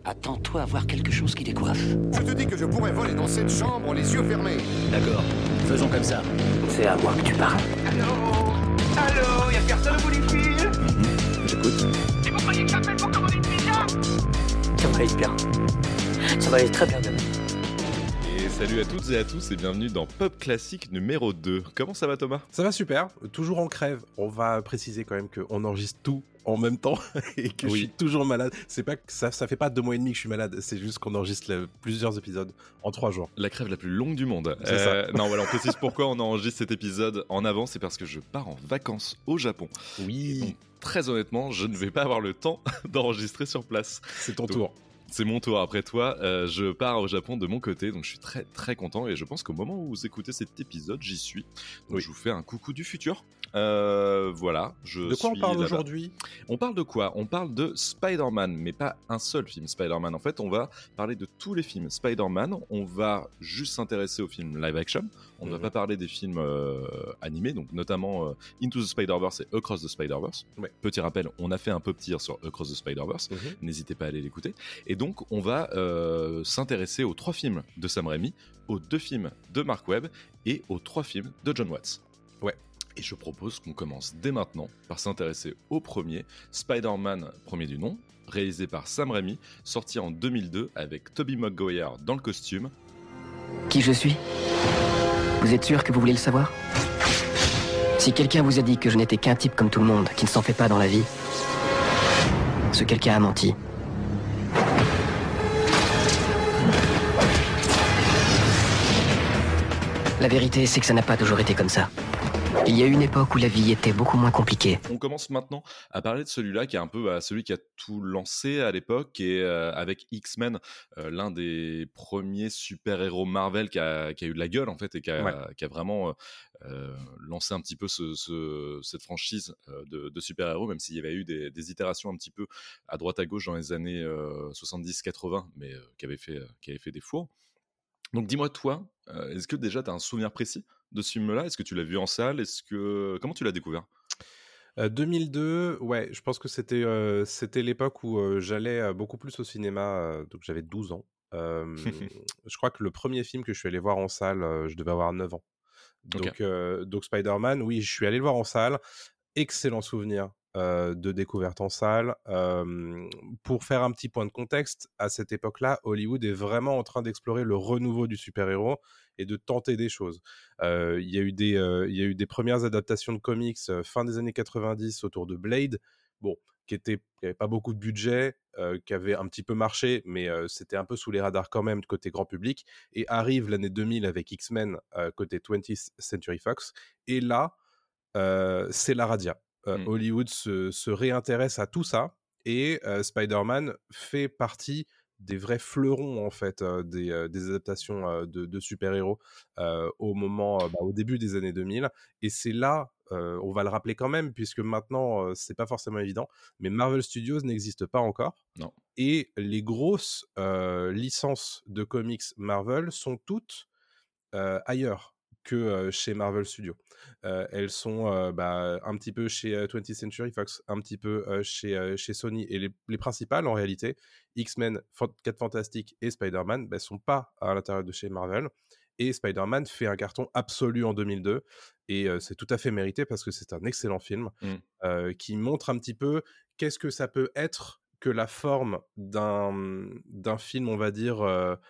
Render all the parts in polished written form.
Attends-toi à voir quelque chose qui décoiffe. Je te dis que je pourrais voler dans cette chambre les yeux fermés. D'accord, faisons comme ça. C'est à moi que tu parles. Allô, y'a personne au bout du fil? J'écoute. Et vous croyez que j'appelle pour commander une pizza? Ça va aller bien. Ça va aller très bien demain. Et salut à toutes et à tous et bienvenue dans Pop Classique numéro 2. Comment ça va Thomas ? Ça va super, toujours en crève. On va préciser quand même qu'on enregistre tout en même temps et que je suis toujours malade. C'est pas que ça fait pas 2 mois et demi que je suis malade, c'est juste qu'on enregistre plusieurs épisodes en 3 jours. La crève la plus longue du monde. C'est ça. Non, voilà, on précise pourquoi on enregistre cet épisode en avance, c'est parce que je pars en vacances au Japon. Oui. Donc, très honnêtement, je ne vais pas avoir le temps d'enregistrer sur place. C'est ton tour. C'est mon tour après toi, je pars au Japon de mon côté, donc je suis très très content et je pense qu'au moment où vous écoutez cet épisode, j'y suis. Donc je vous fais un coucou du futur. Voilà, de quoi on parle aujourd'hui ? On parle de quoi ? On parle de Spider-Man, mais pas un seul film Spider-Man. En fait, on va parler de tous les films Spider-Man. On va juste s'intéresser aux films live action. On ne va pas parler des films animés, donc notamment Into the Spider-Verse et Across the Spider-Verse. Ouais. Petit rappel, on a fait un peu tir sur Across the Spider-Verse. N'hésitez pas à aller l'écouter. Et donc, on va s'intéresser aux 3 films de Sam Raimi, aux 2 films de Mark Webb et aux 3 films de John Watts. Ouais. Et je propose qu'on commence dès maintenant par s'intéresser au premier, Spider-Man, premier du nom, réalisé par Sam Raimi, sorti en 2002 avec Tobey Maguire dans le costume. Qui je suis ? Vous êtes sûr que vous voulez le savoir ? Si quelqu'un vous a dit que je n'étais qu'un type comme tout le monde, qui ne s'en fait pas dans la vie, ce quelqu'un a menti. La vérité, c'est que ça n'a pas toujours été comme ça. Il y a eu une époque où la vie était beaucoup moins compliquée. On commence maintenant à parler de celui-là qui est un peu celui qui a tout lancé à l'époque et avec X-Men, l'un des premiers super-héros Marvel qui a eu de la gueule en fait et qui a vraiment lancé un petit peu cette franchise de super-héros, même s'il y avait eu des itérations un petit peu à droite à gauche dans les années 70-80, mais qui avaient fait des fours. Donc dis-moi toi, est-ce que déjà tu as un souvenir précis de ce film-là ? Est-ce que tu l'as vu en salle ? Comment tu l'as découvert ? 2002, ouais, je pense que c'était l'époque où j'allais beaucoup plus au cinéma, donc j'avais 12 ans. Je crois que le premier film que je suis allé voir en salle, je devais avoir 9 ans. Donc Spider-Man, oui, je suis allé le voir en salle. Excellent souvenir de découverte en salle. Pour faire un petit point de contexte, à cette époque-là, Hollywood est vraiment en train d'explorer le renouveau du super-héros et de tenter des choses. Il y a eu des premières adaptations de comics fin des années 90 autour de Blade, qui n'avait pas beaucoup de budget, qui avait un petit peu marché, mais c'était un peu sous les radars quand même côté grand public. Et arrive l'année 2000 avec X-Men côté 20th Century Fox. Et là, c'est la radia. Hollywood se réintéresse à tout ça et Spider-Man fait partie des vrais fleurons en fait des adaptations de super-héros au début des années 2000 et c'est là, on va le rappeler quand même puisque maintenant c'est pas forcément évident, mais Marvel Studios n'existe pas encore. Non. Et les grosses licences de comics Marvel sont toutes ailleurs que chez Marvel Studios. Elles sont un petit peu chez 20th Century Fox, un petit peu chez Sony. Et les principales, en réalité, X-Men, 4 Fantastiques et Spider-Man, sont pas à l'intérieur de chez Marvel. Et Spider-Man fait un carton absolu en 2002. Et c'est tout à fait mérité parce que c'est un excellent film qui montre un petit peu qu'est-ce que ça peut être que la forme d'un film, on va dire...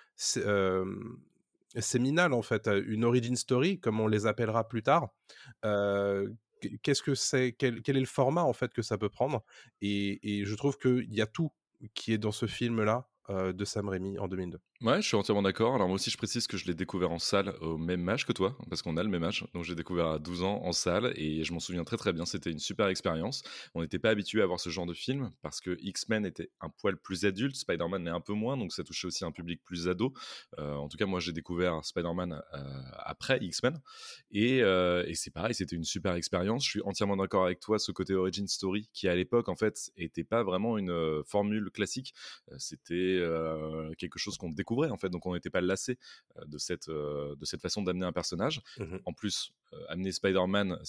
séminal en fait, une origin story comme on les appellera plus tard. Qu'est-ce que c'est, quel est le format en fait que ça peut prendre et je trouve qu'il y a tout qui est dans ce film là de Sam Raimi en 2002. Ouais, je suis entièrement d'accord. Alors moi aussi, je précise que je l'ai découvert en salle au même âge que toi, parce qu'on a le même âge. Donc j'ai découvert à 12 ans en salle et je m'en souviens très très bien. C'était une super expérience. On n'était pas habitué à voir ce genre de film parce que X-Men était un poil plus adulte, Spider-Man l'est un peu moins, donc ça touchait aussi un public plus ado. En tout cas, moi j'ai découvert Spider-Man après X-Men et c'est pareil, c'était une super expérience. Je suis entièrement d'accord avec toi, ce côté origin story qui à l'époque en fait était pas vraiment une formule classique. C'était quelque chose qu'on découvrait en fait, donc on n'était pas lassé de cette façon d'amener un personnage. En plus, amener Spider-Man, c'est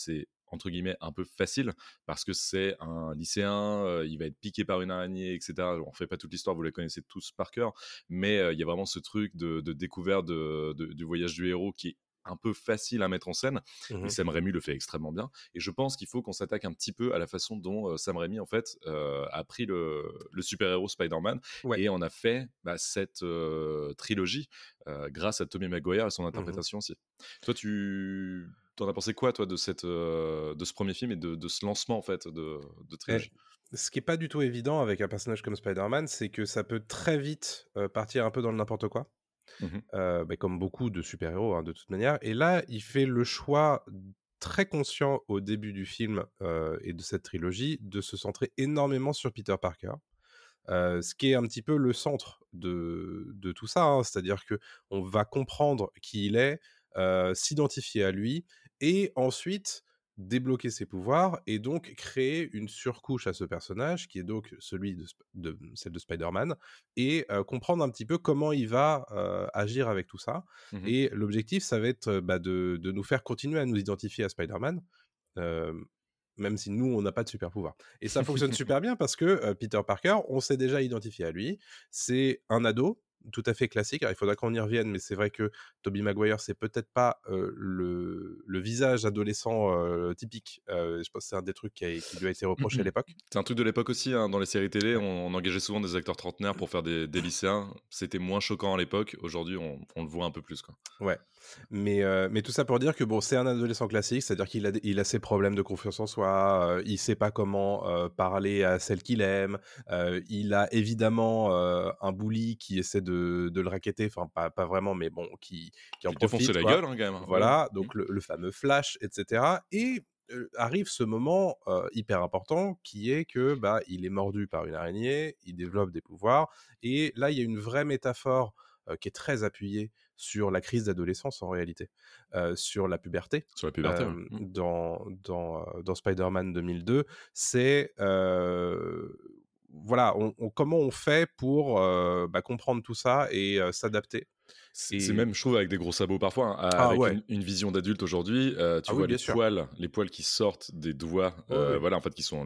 entre guillemets un peu facile parce que c'est un lycéen, il va être piqué par une araignée, etc. On fait pas toute l'histoire, vous la connaissez tous par cœur, mais il y a vraiment ce truc de découverte du voyage du héros qui est un peu facile à mettre en scène, et Sam Raimi le fait extrêmement bien, et je pense qu'il faut qu'on s'attaque un petit peu à la façon dont Sam Raimi en fait a pris le super-héros Spider-Man et en a fait cette trilogie grâce à Tobey Maguire et son interprétation aussi. Toi, t'en as pensé quoi, toi, de ce premier film et de ce lancement en fait de trilogie? Ce qui est pas du tout évident avec un personnage comme Spider-Man, c'est que ça peut très vite partir un peu dans le n'importe quoi. Comme beaucoup de super-héros, hein, de toute manière. Et là, il fait le choix très conscient au début du film et de cette trilogie de se centrer énormément sur Peter Parker. Ce qui est un petit peu le centre de tout ça, hein. C'est-à-dire qu'on va comprendre qui il est, s'identifier à lui, et ensuite débloquer ses pouvoirs, et donc créer une surcouche à ce personnage, qui est donc celle de Spider-Man, et comprendre un petit peu comment il va agir avec tout ça. Et l'objectif, ça va être de nous faire continuer à nous identifier à Spider-Man, même si nous, on n'a pas de super pouvoir. Et ça fonctionne super bien parce que Peter Parker, on s'est déjà identifié à lui. C'est un ado, tout à fait classique. Alors, il faudra qu'on y revienne, mais c'est vrai que Tobey Maguire, c'est peut-être pas le visage adolescent typique. Je pense que c'est un des trucs qui lui a été reproché à l'époque. C'est un truc de l'époque aussi, hein. Dans les séries télé, on engageait souvent des acteurs trentenaires pour faire des lycéens. C'était moins choquant à l'époque. Aujourd'hui, on le voit un peu plus, quoi. Ouais, mais tout ça pour dire que bon, c'est un adolescent classique, c'est-à-dire qu'il a ses problèmes de confiance en soi, il sait pas comment parler à celle qu'il aime, il a évidemment un bully qui essaie de le racketter, enfin pas vraiment, mais bon, qui en profite, défoncer la gueule, hein, quand même. Voilà, donc le fameux flash, etc. Et arrive ce moment hyper important qui est que il est mordu par une araignée, il développe des pouvoirs, et là il y a une vraie métaphore qui est très appuyée sur la crise d'adolescence en réalité, sur la puberté. Sur la puberté, Dans Spider-Man 2002, c'est voilà, comment on fait pour comprendre tout ça et s'adapter. C'est même, je trouve, avec des gros sabots parfois, hein, avec une vision d'adulte aujourd'hui. Tu vois les poils qui sortent des doigts, voilà, en fait, qui sont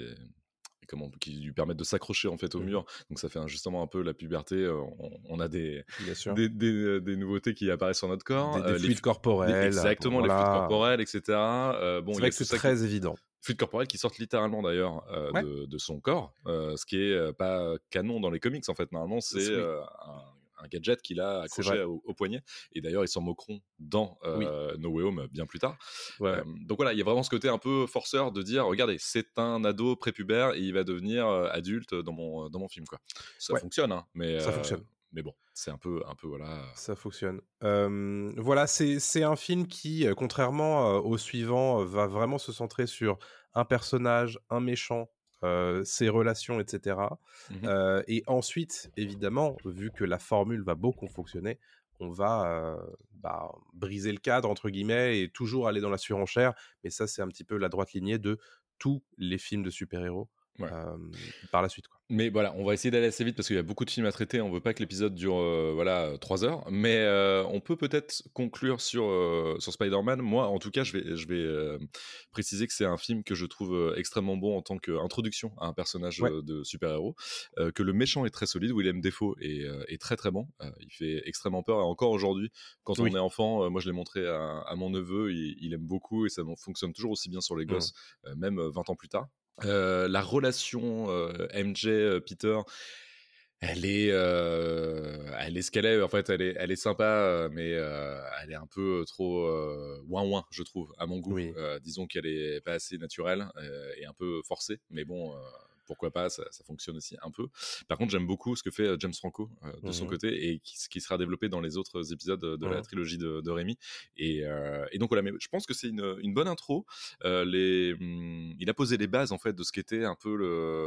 qui lui permettent de s'accrocher en fait au mur. Donc ça fait justement un peu la puberté. On a des nouveautés qui apparaissent sur notre corps. Des fluides corporels. Exactement, les fluides corporels, etc. C'est vrai que c'est très évident. Fluides corporels qui sortent littéralement d'ailleurs de son corps, ce qui est pas canon dans les comics en fait. Normalement, c'est un gadget qu'il a accroché au poignet, et d'ailleurs ils s'en moqueront dans No Way Home bien plus tard. Donc voilà, il y a vraiment ce côté un peu forceur de dire regardez, c'est un ado prépubère et il va devenir adulte dans mon film, quoi. Ça fonctionne, hein, mais ça fonctionne. Mais bon, c'est un peu voilà. Ça fonctionne. Voilà, c'est un film qui, contrairement au suivant, va vraiment se centrer sur un personnage, un méchant, ses relations, etc. Et ensuite, évidemment, vu que la formule va beaucoup fonctionner, on va briser le cadre, entre guillemets, et toujours aller dans la surenchère. Mais ça, c'est un petit peu la droite lignée de tous les films de super-héros. Par la suite, quoi. Mais voilà, on va essayer d'aller assez vite parce qu'il y a beaucoup de films à traiter. On veut pas que l'épisode dure 3 heures, mais on peut peut-être conclure sur Spider-Man. Moi, en tout cas, je vais préciser que c'est un film que je trouve extrêmement bon en tant qu'introduction à un personnage de super-héros, que le méchant est très solide. Willem Dafoe est très très bon. Il fait extrêmement peur, et encore aujourd'hui, quand on est enfant, moi je l'ai montré à mon neveu, il aime beaucoup, et ça fonctionne toujours aussi bien sur les gosses, même 20 ans plus tard. La relation MJ Peter, elle est ce qu'elle est. En fait, elle est sympa, mais elle est un peu trop ouin, je trouve, à mon goût. Disons qu'elle est pas assez naturelle et un peu forcée, mais bon, pourquoi pas, ça fonctionne aussi un peu. Par contre, j'aime beaucoup ce que fait James Franco de son côté, et qui sera développé dans les autres épisodes de la trilogie de Raimi. Et donc voilà, mais je pense que c'est une bonne intro. Il a posé les bases en fait de ce qu'était un peu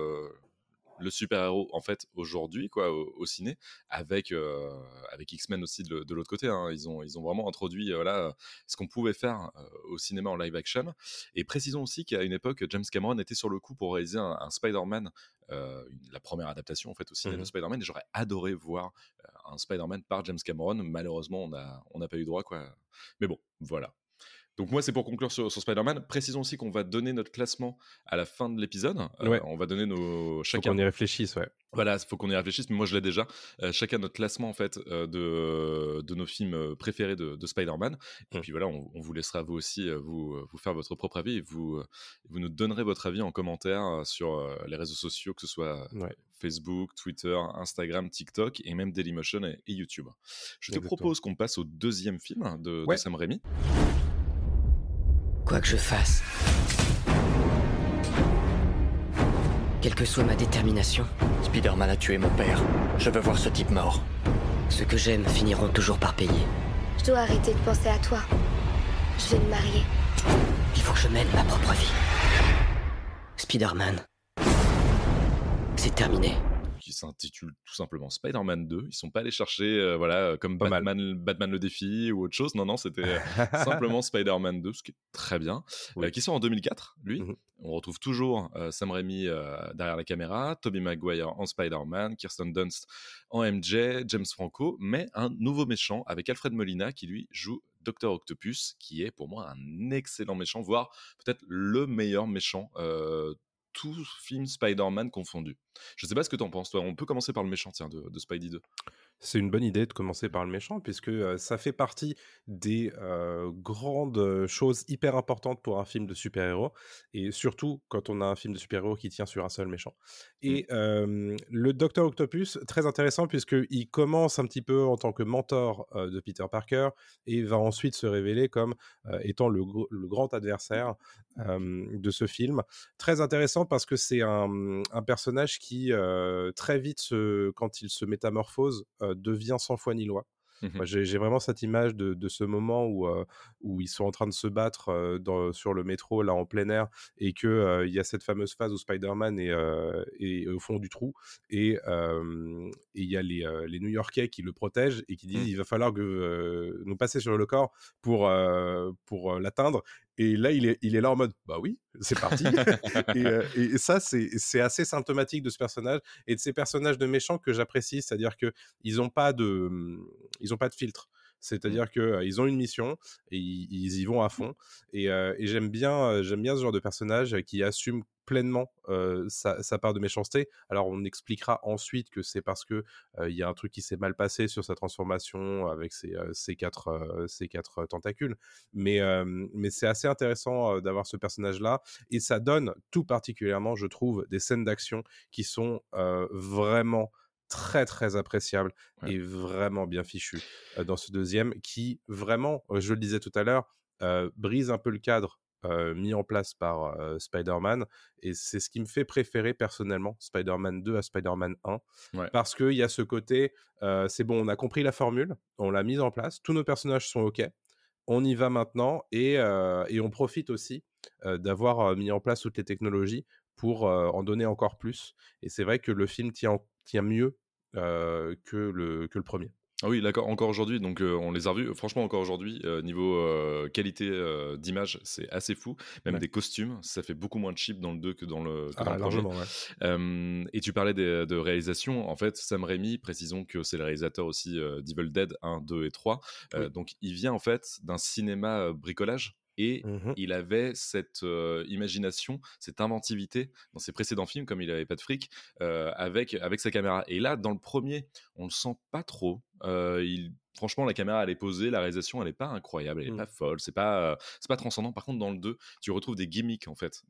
le super-héros en fait aujourd'hui, quoi, au ciné, avec X-Men aussi de l'autre côté, hein. Ils ont vraiment introduit ce qu'on pouvait faire au cinéma en live action. Et précisons aussi qu'à une époque, James Cameron était sur le coup pour réaliser un Spider-Man, la première adaptation en fait au cinéma de Spider-Man, et j'aurais adoré voir un Spider-Man par James Cameron. Malheureusement, on n'a pas eu droit, quoi. Mais bon, voilà. Donc moi, c'est pour conclure sur Spider-Man. Précisons aussi qu'on va donner notre classement à la fin de l'épisode. Ouais. On va donner Faut chacun. qu'on y réfléchisse, ouais. Voilà, il faut qu'on y réfléchisse, mais moi je l'ai déjà. Chacun notre classement en fait de nos films préférés de Spider-Man. Et puis voilà, on vous laissera vous aussi vous faire votre propre avis et vous nous donnerez votre avis en commentaire sur les réseaux sociaux, que ce soit Facebook, Twitter, Instagram, TikTok et même Dailymotion et YouTube. Je te propose qu'on passe au deuxième film de Sam Raimi. Quoi que je fasse, quelle que soit ma détermination, Spider-Man a tué mon père. Je veux voir ce type mort. ceux que j'aime finiront toujours par payer. Je dois arrêter de penser à toi. Je vais me marier. Il faut que je mène ma propre vie. Spider-Man, c'est terminé. Qui s'intitule tout simplement Spider-Man 2. Ils sont pas allés chercher comme Batman le défi ou autre chose. Non, c'était simplement Spider-Man 2, ce qui est très bien. Qui sort en 2004, lui. On retrouve toujours Sam Raimi derrière la caméra, Tobey Maguire en Spider-Man, Kirsten Dunst en MJ, James Franco, mais un nouveau méchant avec Alfred Molina qui lui joue Dr Octopus, qui est pour moi un excellent méchant, voire peut-être le meilleur méchant tout film Spider-Man confondu. Je sais pas ce que t'en penses, toi. On peut commencer par le méchant, tiens, de Spidey 2. C'est une bonne idée de commencer par le méchant, puisque ça fait partie des grandes choses hyper importantes pour un film de super-héros, et surtout quand on a un film de super-héros qui tient sur un seul méchant. Et le Dr Octopus, très intéressant, puisqu'il commence un petit peu en tant que mentor de Peter Parker, et va ensuite se révéler comme étant le grand adversaire de ce film. Très intéressant parce que c'est un personnage qui, très vite, quand il se métamorphose, devient sans foi ni loi. Moi, j'ai vraiment cette image de ce moment où ils sont en train de se battre sur le métro, là, en plein air, et qu'il y a cette fameuse phase où Spider-Man est au fond du trou, et il y a les New-Yorkais qui le protègent et qui disent il va falloir nous passer sur le corps pour l'atteindre. Et là, il est là en mode bah oui, c'est parti. et ça, c'est assez symptomatique de ce personnage et de ces personnages de méchants que j'apprécie, c'est-à-dire que ils ont pas de filtre. C'est-à-dire qu'ils ont une mission et ils y vont à fond. Et j'aime bien ce genre de personnage qui assume pleinement sa part de méchanceté. Alors, on expliquera ensuite que c'est parce que il y a un truc qui s'est mal passé sur sa transformation avec ses quatre tentacules. Mais c'est assez intéressant d'avoir ce personnage-là. Et ça donne tout particulièrement, je trouve, des scènes d'action qui sont vraiment très très appréciable et vraiment bien fichu dans ce deuxième qui vraiment, je le disais tout à l'heure, brise un peu le cadre mis en place par Spider-Man, et c'est ce qui me fait préférer personnellement Spider-Man 2 à Spider-Man 1 parce qu'il y a ce côté c'est bon, on a compris la formule, on l'a mise en place, tous nos personnages sont ok, on y va maintenant, et on profite aussi d'avoir mis en place toutes les technologies pour en donner encore plus, et c'est vrai que le film tient mieux que le premier. Ah oui, d'accord, encore aujourd'hui, donc on les a revus. Franchement, encore aujourd'hui, niveau qualité d'image, c'est assez fou. Même des costumes, ça fait beaucoup moins cheap dans le 2 que dans le largement, premier. Et tu parlais de réalisation. En fait, Sam Raimi, précisons que c'est le réalisateur aussi d'Evil Dead 1, 2 et 3. Donc, il vient en fait d'un cinéma bricolage. Et il avait cette imagination, cette inventivité dans ses précédents films, comme il n'avait pas de fric, avec sa caméra. Et là, dans le premier, on le sent pas trop. Franchement, la caméra, elle est posée, la réalisation, elle est pas incroyable, elle est pas folle, c'est pas transcendant. Par contre, dans le 2, tu retrouves des gimmicks en fait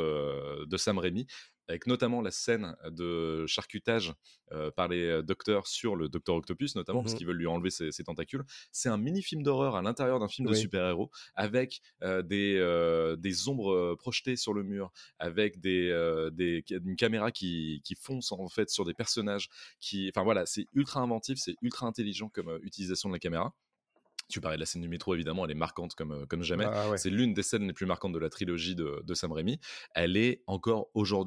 de Sam Raimi, avec notamment la scène de charcutage par les docteurs sur le Dr Octopus, notamment parce qu'ils veulent lui enlever ses tentacules. C'est un mini-film d'horreur à l'intérieur d'un film de super-héros, avec des ombres projetées sur le mur, avec une caméra qui fonce en fait sur des personnages. Enfin voilà, c'est ultra inventif, c'est ultra intelligent comme utilisation de la caméra. Tu parlais de la scène du métro, évidemment, elle est marquante comme jamais. C'est l'une des scènes les plus marquantes de la trilogie de Sam Raimi. Elle est encore aujourd'hui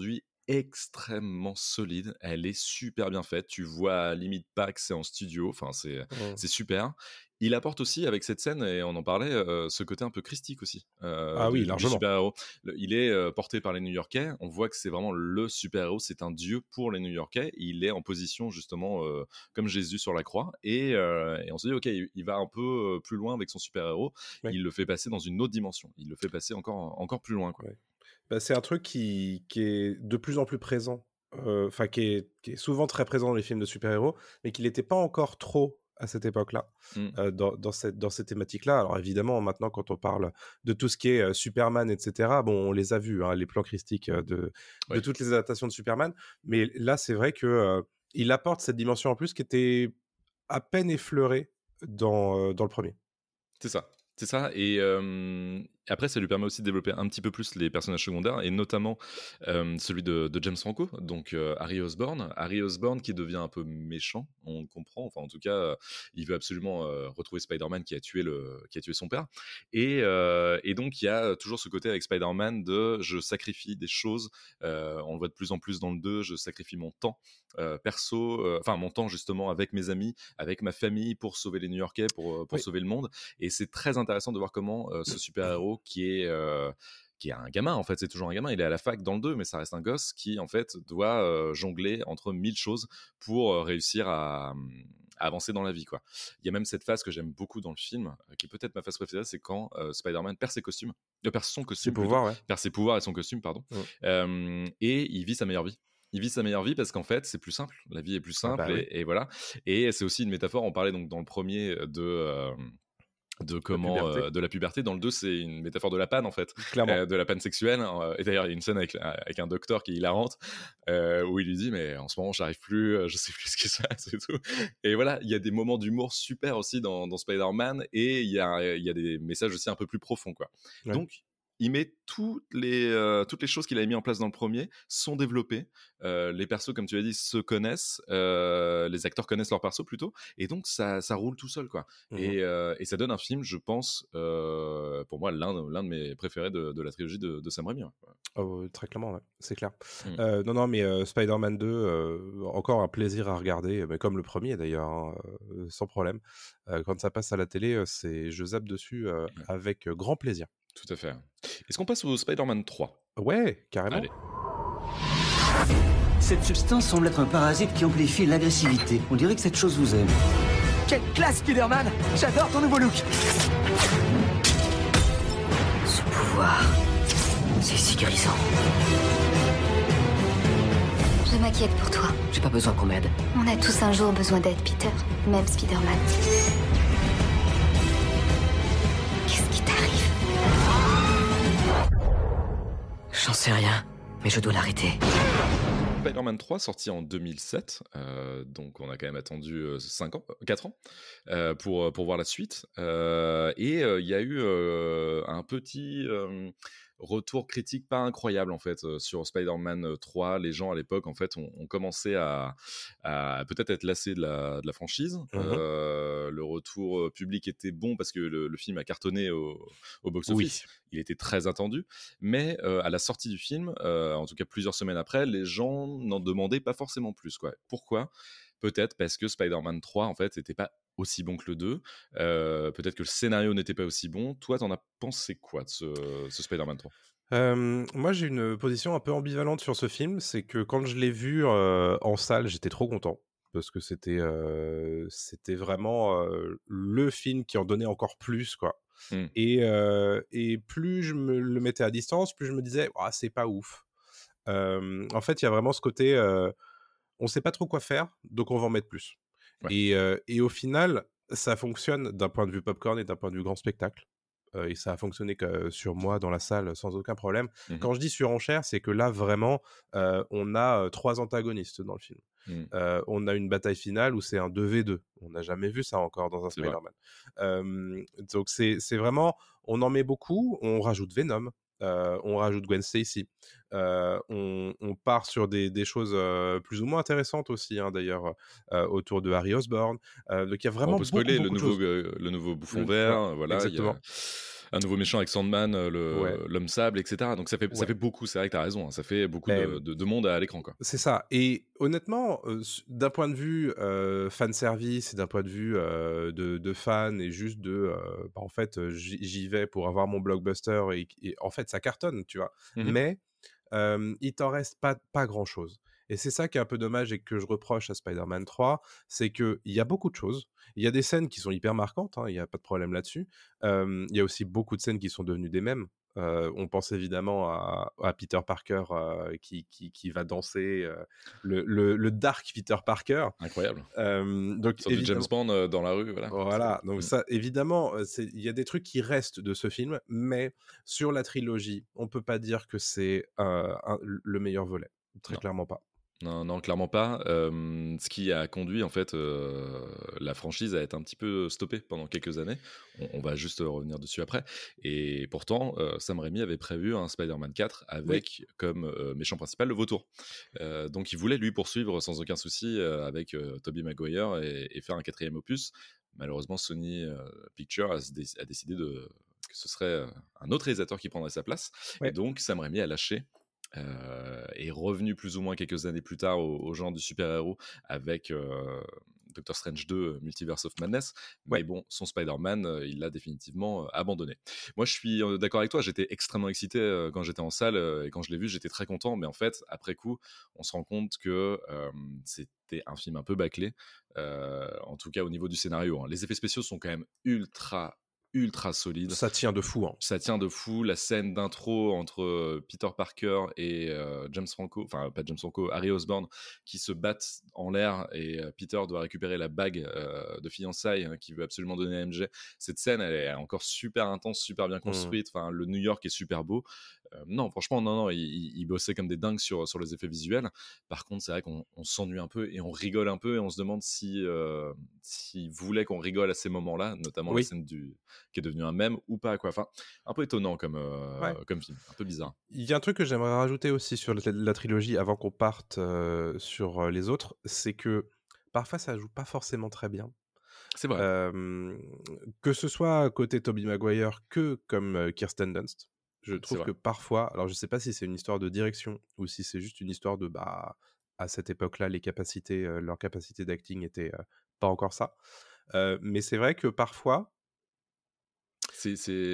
extrêmement solide, elle est super bien faite, tu vois limite pas que c'est en studio, enfin c'est super. Il apporte aussi avec cette scène, et on en parlait, ce côté un peu christique aussi Ah oui, du largement. super-héros. Il est porté par les New-Yorkais, on voit que c'est vraiment le super-héros, c'est un dieu pour les New-Yorkais, il est en position justement comme Jésus sur la croix, et on se dit ok, il va un peu plus loin avec son super-héros, Ouais. il le fait passer dans une autre dimension, il le fait passer encore plus loin, quoi. Ouais. Bah, c'est un truc qui est de plus en plus présent, enfin qui est souvent très présent dans les films de super-héros, mais qui l'était pas encore trop à cette époque-là, Mm. dans ces thématiques-là. Alors évidemment, maintenant, quand on parle de tout ce qui est Superman, etc., bon, on les a vus, hein, les plans christiques de Ouais. toutes les adaptations de Superman, mais là, c'est vrai que il apporte cette dimension en plus qui était à peine effleurée dans le premier. C'est ça. Et après, ça lui permet aussi de développer un petit peu plus les personnages secondaires, et notamment celui de James Franco, donc Harry Osborn. Harry Osborn qui devient un peu méchant, on comprend. Enfin, en tout cas, il veut absolument retrouver Spider-Man qui a tué son père. Et donc, il y a toujours ce côté avec Spider-Man de je sacrifie des choses. On le voit de plus en plus dans le 2, je sacrifie mon temps perso, enfin mon temps justement avec mes amis, avec ma famille pour sauver les New-Yorkais, pour Oui. sauver le monde. Et c'est très intéressant de voir comment ce super-héros qui est un gamin, en fait, c'est toujours un gamin, il est à la fac dans le 2, mais ça reste un gosse qui, en fait, doit jongler entre 1000 choses pour réussir à avancer dans la vie, quoi. Il y a même cette phase que j'aime beaucoup dans le film, qui est peut-être ma phase préférée, c'est quand Spider-Man perd son costume Ses plutôt, pouvoirs, ouais. perd ses pouvoirs et son costume, pardon, et il vit sa meilleure vie. Il vit sa meilleure vie parce qu'en fait, c'est plus simple. La vie est plus simple, bah oui. et voilà. Et c'est aussi une métaphore. On parlait donc dans le premier de la puberté. Dans le 2, c'est une métaphore de la panne, en fait, Clairement. de la panne sexuelle. Et d'ailleurs, il y a une scène avec un docteur qui est hilarante, où il lui dit mais en ce moment j'arrive plus, je sais plus ce qui se passe et tout. Et voilà, il y a des moments d'humour super aussi dans Spider-Man, et il y a des messages aussi un peu plus profonds, quoi. Ouais. Donc il met toutes les choses qu'il avait mis en place dans le premier sont développées. Les persos, comme tu as dit, se connaissent. Les acteurs connaissent leurs persos plutôt. Et donc, ça roule tout seul, quoi. Et ça donne un film, je pense, pour moi, l'un de mes préférés de la trilogie de Sam Raimi. Ouais. Oh, très clairement, ouais, c'est clair. Non, mais Spider-Man 2, encore un plaisir à regarder, mais comme le premier d'ailleurs, hein, sans problème. Quand ça passe à la télé, je zappe dessus avec grand plaisir. Tout à fait. Est-ce qu'on passe au Spider-Man 3 ? Ouais, carrément. Allez. Cette substance semble être un parasite qui amplifie l'agressivité. On dirait que cette chose vous aime. Quelle classe, Spider-Man! J'adore ton nouveau look! Ce pouvoir, c'est si grisant. Je m'inquiète pour toi. J'ai pas besoin qu'on m'aide. On a tous un jour besoin d'aide, Peter. Même Spider-Man. Qu'est-ce qui t'arrive? J'en sais rien, mais je dois l'arrêter. Spider-Man 3 sorti en 2007, donc on a quand même attendu 4 ans pour voir la suite. Et il y a eu un petit retour critique pas incroyable en fait sur Spider-Man 3. Les gens à l'époque en fait ont commencé à peut-être être lassés de la franchise. Le retour public était bon parce que le film a cartonné au box-office. Oui. Il était très attendu, mais à la sortie du film, en tout cas plusieurs semaines après, les gens n'en demandaient pas forcément plus, quoi. Pourquoi ? Peut-être parce que Spider-Man 3 en fait n'était pas aussi bon que le 2, peut-être que le scénario n'était pas aussi bon. Toi, t'en as pensé quoi de ce Spider-Man 3 ? Moi, j'ai une position un peu ambivalente sur ce film. C'est que quand je l'ai vu en salle, j'étais trop content. Parce que c'était vraiment le film qui en donnait encore plus, quoi. Et plus je me le mettais à distance, plus je me disais « c'est pas ouf ». En fait, il y a vraiment ce côté on sait pas trop quoi faire, donc on va en mettre plus. Ouais. Et au final, ça fonctionne d'un point de vue popcorn et d'un point de vue grand spectacle. Et ça a fonctionné sur moi dans la salle sans aucun problème. Quand je dis surenchère, c'est que là, vraiment, on a 3 antagonistes dans le film. On a une bataille finale où c'est un 2v2. On n'a jamais vu ça encore dans un Spider-Man. Donc c'est vraiment, on en met beaucoup, on rajoute Venom. On rajoute Gwen Stacy, on part sur des choses plus ou moins intéressantes aussi, hein, d'ailleurs, autour de Harry Osborn. Donc il y a vraiment on peut spoiler beaucoup le nouveau bouffon vert, voilà. Exactement. Un nouveau méchant avec Sandman, Ouais. l'homme sable, etc. Donc ça Ouais. fait beaucoup, c'est vrai que t'as raison, hein, ça fait beaucoup Ben, de monde à l'écran, quoi. c'est ça. Et honnêtement, d'un point de vue fan service et d'un point de vue de fan et juste en fait, j'y vais pour avoir mon blockbuster et en fait, ça cartonne, tu vois. Mmh. Mais il t'en reste pas grand-chose. Et c'est ça qui est un peu dommage et que je reproche à Spider-Man 3, c'est qu'il y a beaucoup de choses. Il y a des scènes qui sont hyper marquantes, hein, il y a pas de problème là-dessus. Il y a aussi beaucoup de scènes qui sont devenues des mèmes. On pense évidemment à Peter Parker qui va danser, le dark Peter Parker. Incroyable. Donc Sur du James évidemment Bond, dans la rue, voilà. voilà, C'est donc mmh. ça évidemment, il y a des trucs qui restent de ce film, mais sur la trilogie, on peut pas dire que c'est, le meilleur volet. Très Non. clairement pas. Non, non, clairement pas. Ce qui a conduit en fait la franchise à être un petit peu stoppée pendant quelques années. On va juste revenir dessus après. Et pourtant, Sam Raimi avait prévu un Spider-Man 4 Oui. avec comme méchant principal le vautour. Donc il voulait lui poursuivre sans aucun souci avec Tobey Maguire et faire un 4e opus. Malheureusement, Sony Pictures a décidé que ce serait un autre réalisateur qui prendrait sa place. Et Ouais. donc Sam Raimi a lâché est revenu plus ou moins quelques années plus tard au genre du super-héros avec Doctor Strange 2, Multiverse of Madness. Mais Ouais. bon, son Spider-Man, il l'a définitivement abandonné. Moi, je suis d'accord avec toi, j'étais extrêmement excité quand j'étais en salle et quand je l'ai vu, j'étais très content. Mais en fait, après coup, on se rend compte que c'était un film un peu bâclé, en tout cas au niveau du scénario, hein. Les effets spéciaux sont quand même ultra solides. Ça tient de fou, hein. Ça tient de fou. La scène d'intro entre Peter Parker et pas James Franco, Harry Osborn, qui se battent en l'air et Peter doit récupérer la bague de fiançailles qu'il veut absolument donner à MJ. Cette scène, elle est encore super intense, super bien Mmh. construite. Enfin, le New York est super beau. Non, franchement, non, ils bossaient comme des dingues sur les effets visuels. Par contre, c'est vrai qu'on s'ennuie un peu et on rigole un peu et on se demande s'ils voulaient qu'on rigole à ces moments-là, notamment la Oui. scène qui est devenue un mème ou pas, quoi. Enfin, un peu étonnant comme film, un peu bizarre. Il y a un truc que j'aimerais rajouter aussi sur la trilogie avant qu'on parte sur les autres, c'est que parfois ça joue pas forcément très bien. C'est vrai. Que ce soit côté Tobey Maguire que comme Kirsten Dunst. Je C'est trouve vrai. que parfois, alors je sais pas si c'est une histoire de direction ou si c'est juste une histoire de à cette époque-là, leur capacité d'acting était pas encore ça. Mais c'est vrai que parfois, C'est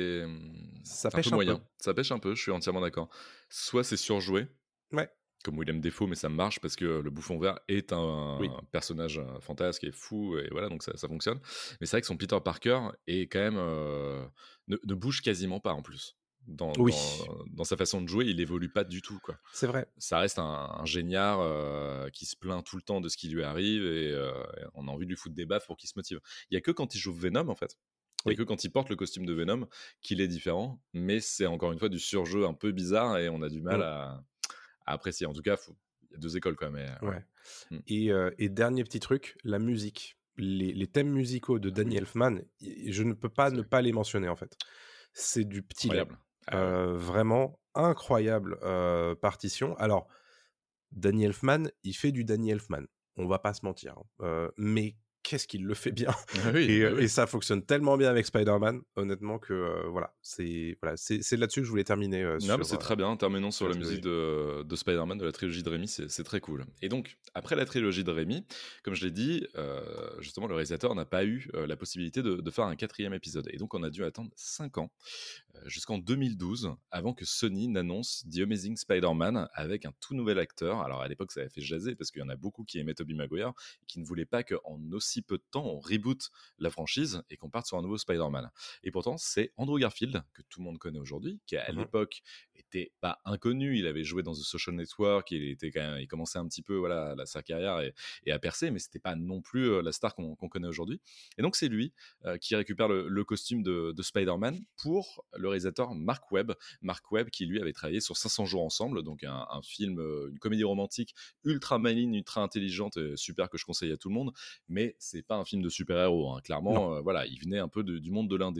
ça un peu pêche un peu. moyen. Ça pêche un peu, je suis entièrement d'accord. Soit c'est surjoué, Ouais, comme Willem Dafoe, mais ça marche parce que le bouffon vert est un oui, personnage fantasque et fou, et voilà, donc ça fonctionne. Mais c'est vrai que son Peter Parker est quand même ne bouge quasiment pas en plus. oui, Dans sa façon de jouer, il évolue pas du tout, quoi. c'est vrai. Ça reste un géniard qui se plaint tout le temps de ce qui lui arrive et on a envie de lui foutre des baffes pour qu'il se motive. Il y a que quand il joue Venom, en fait. Il n'y a Oui. que quand il porte le costume de Venom qu'il est différent, mais c'est encore une fois du surjeu un peu bizarre et on a du mal Mm. à apprécier. En tout cas, il y a 2 écoles, quoi, mais ouais. Ouais. Mm. Et dernier petit truc, la musique. Les thèmes musicaux de Danny Elfman, je ne peux pas C'est ne pas les mentionner en fait. C'est du petit lait. incroyable. Ah ouais. Vraiment incroyable partition. Alors, Danny Elfman, il fait du Danny Elfman. On va pas se mentir, hein. Mais qu'est-ce qu'il le fait bien. Ah oui, Et, bah oui. et ça fonctionne tellement bien avec Spider-Man, honnêtement, que c'est là-dessus que je voulais terminer Non, sur, mais c'est très bien. Terminons sur la la musique de Spider-Man, de la trilogie de Raimi, c'est très cool. Et donc, après la trilogie de Raimi, comme je l'ai dit, justement, le réalisateur n'a pas eu la possibilité de faire un 4e épisode. Et donc, on a dû attendre 5 ans, jusqu'en 2012, avant que Sony n'annonce The Amazing Spider-Man avec un tout nouvel acteur. Alors, à l'époque, ça avait fait jaser, parce qu'il y en a beaucoup qui aimaient Tobey Maguire, et qui ne voulaient pas qu'en aussi peu de temps, on reboot la franchise et qu'on parte sur un nouveau Spider-Man. Et pourtant, c'est Andrew Garfield, que tout le monde connaît aujourd'hui, qui à l'époque était pas inconnu. Il avait joué dans The Social Network, il commençait un petit peu sa carrière et à percer, mais c'était pas non plus la star qu'on connaît aujourd'hui. Et donc c'est lui qui récupère le costume de Spider-Man pour le réalisateur Mark Webb. Mark Webb qui lui avait travaillé sur 500 jours ensemble, donc un film, une comédie romantique ultra maligne, ultra intelligente, super, que je conseille à tout le monde. Mais c'est pas un film de super-héros, hein. Clairement, voilà, il venait un peu du monde de l'indé.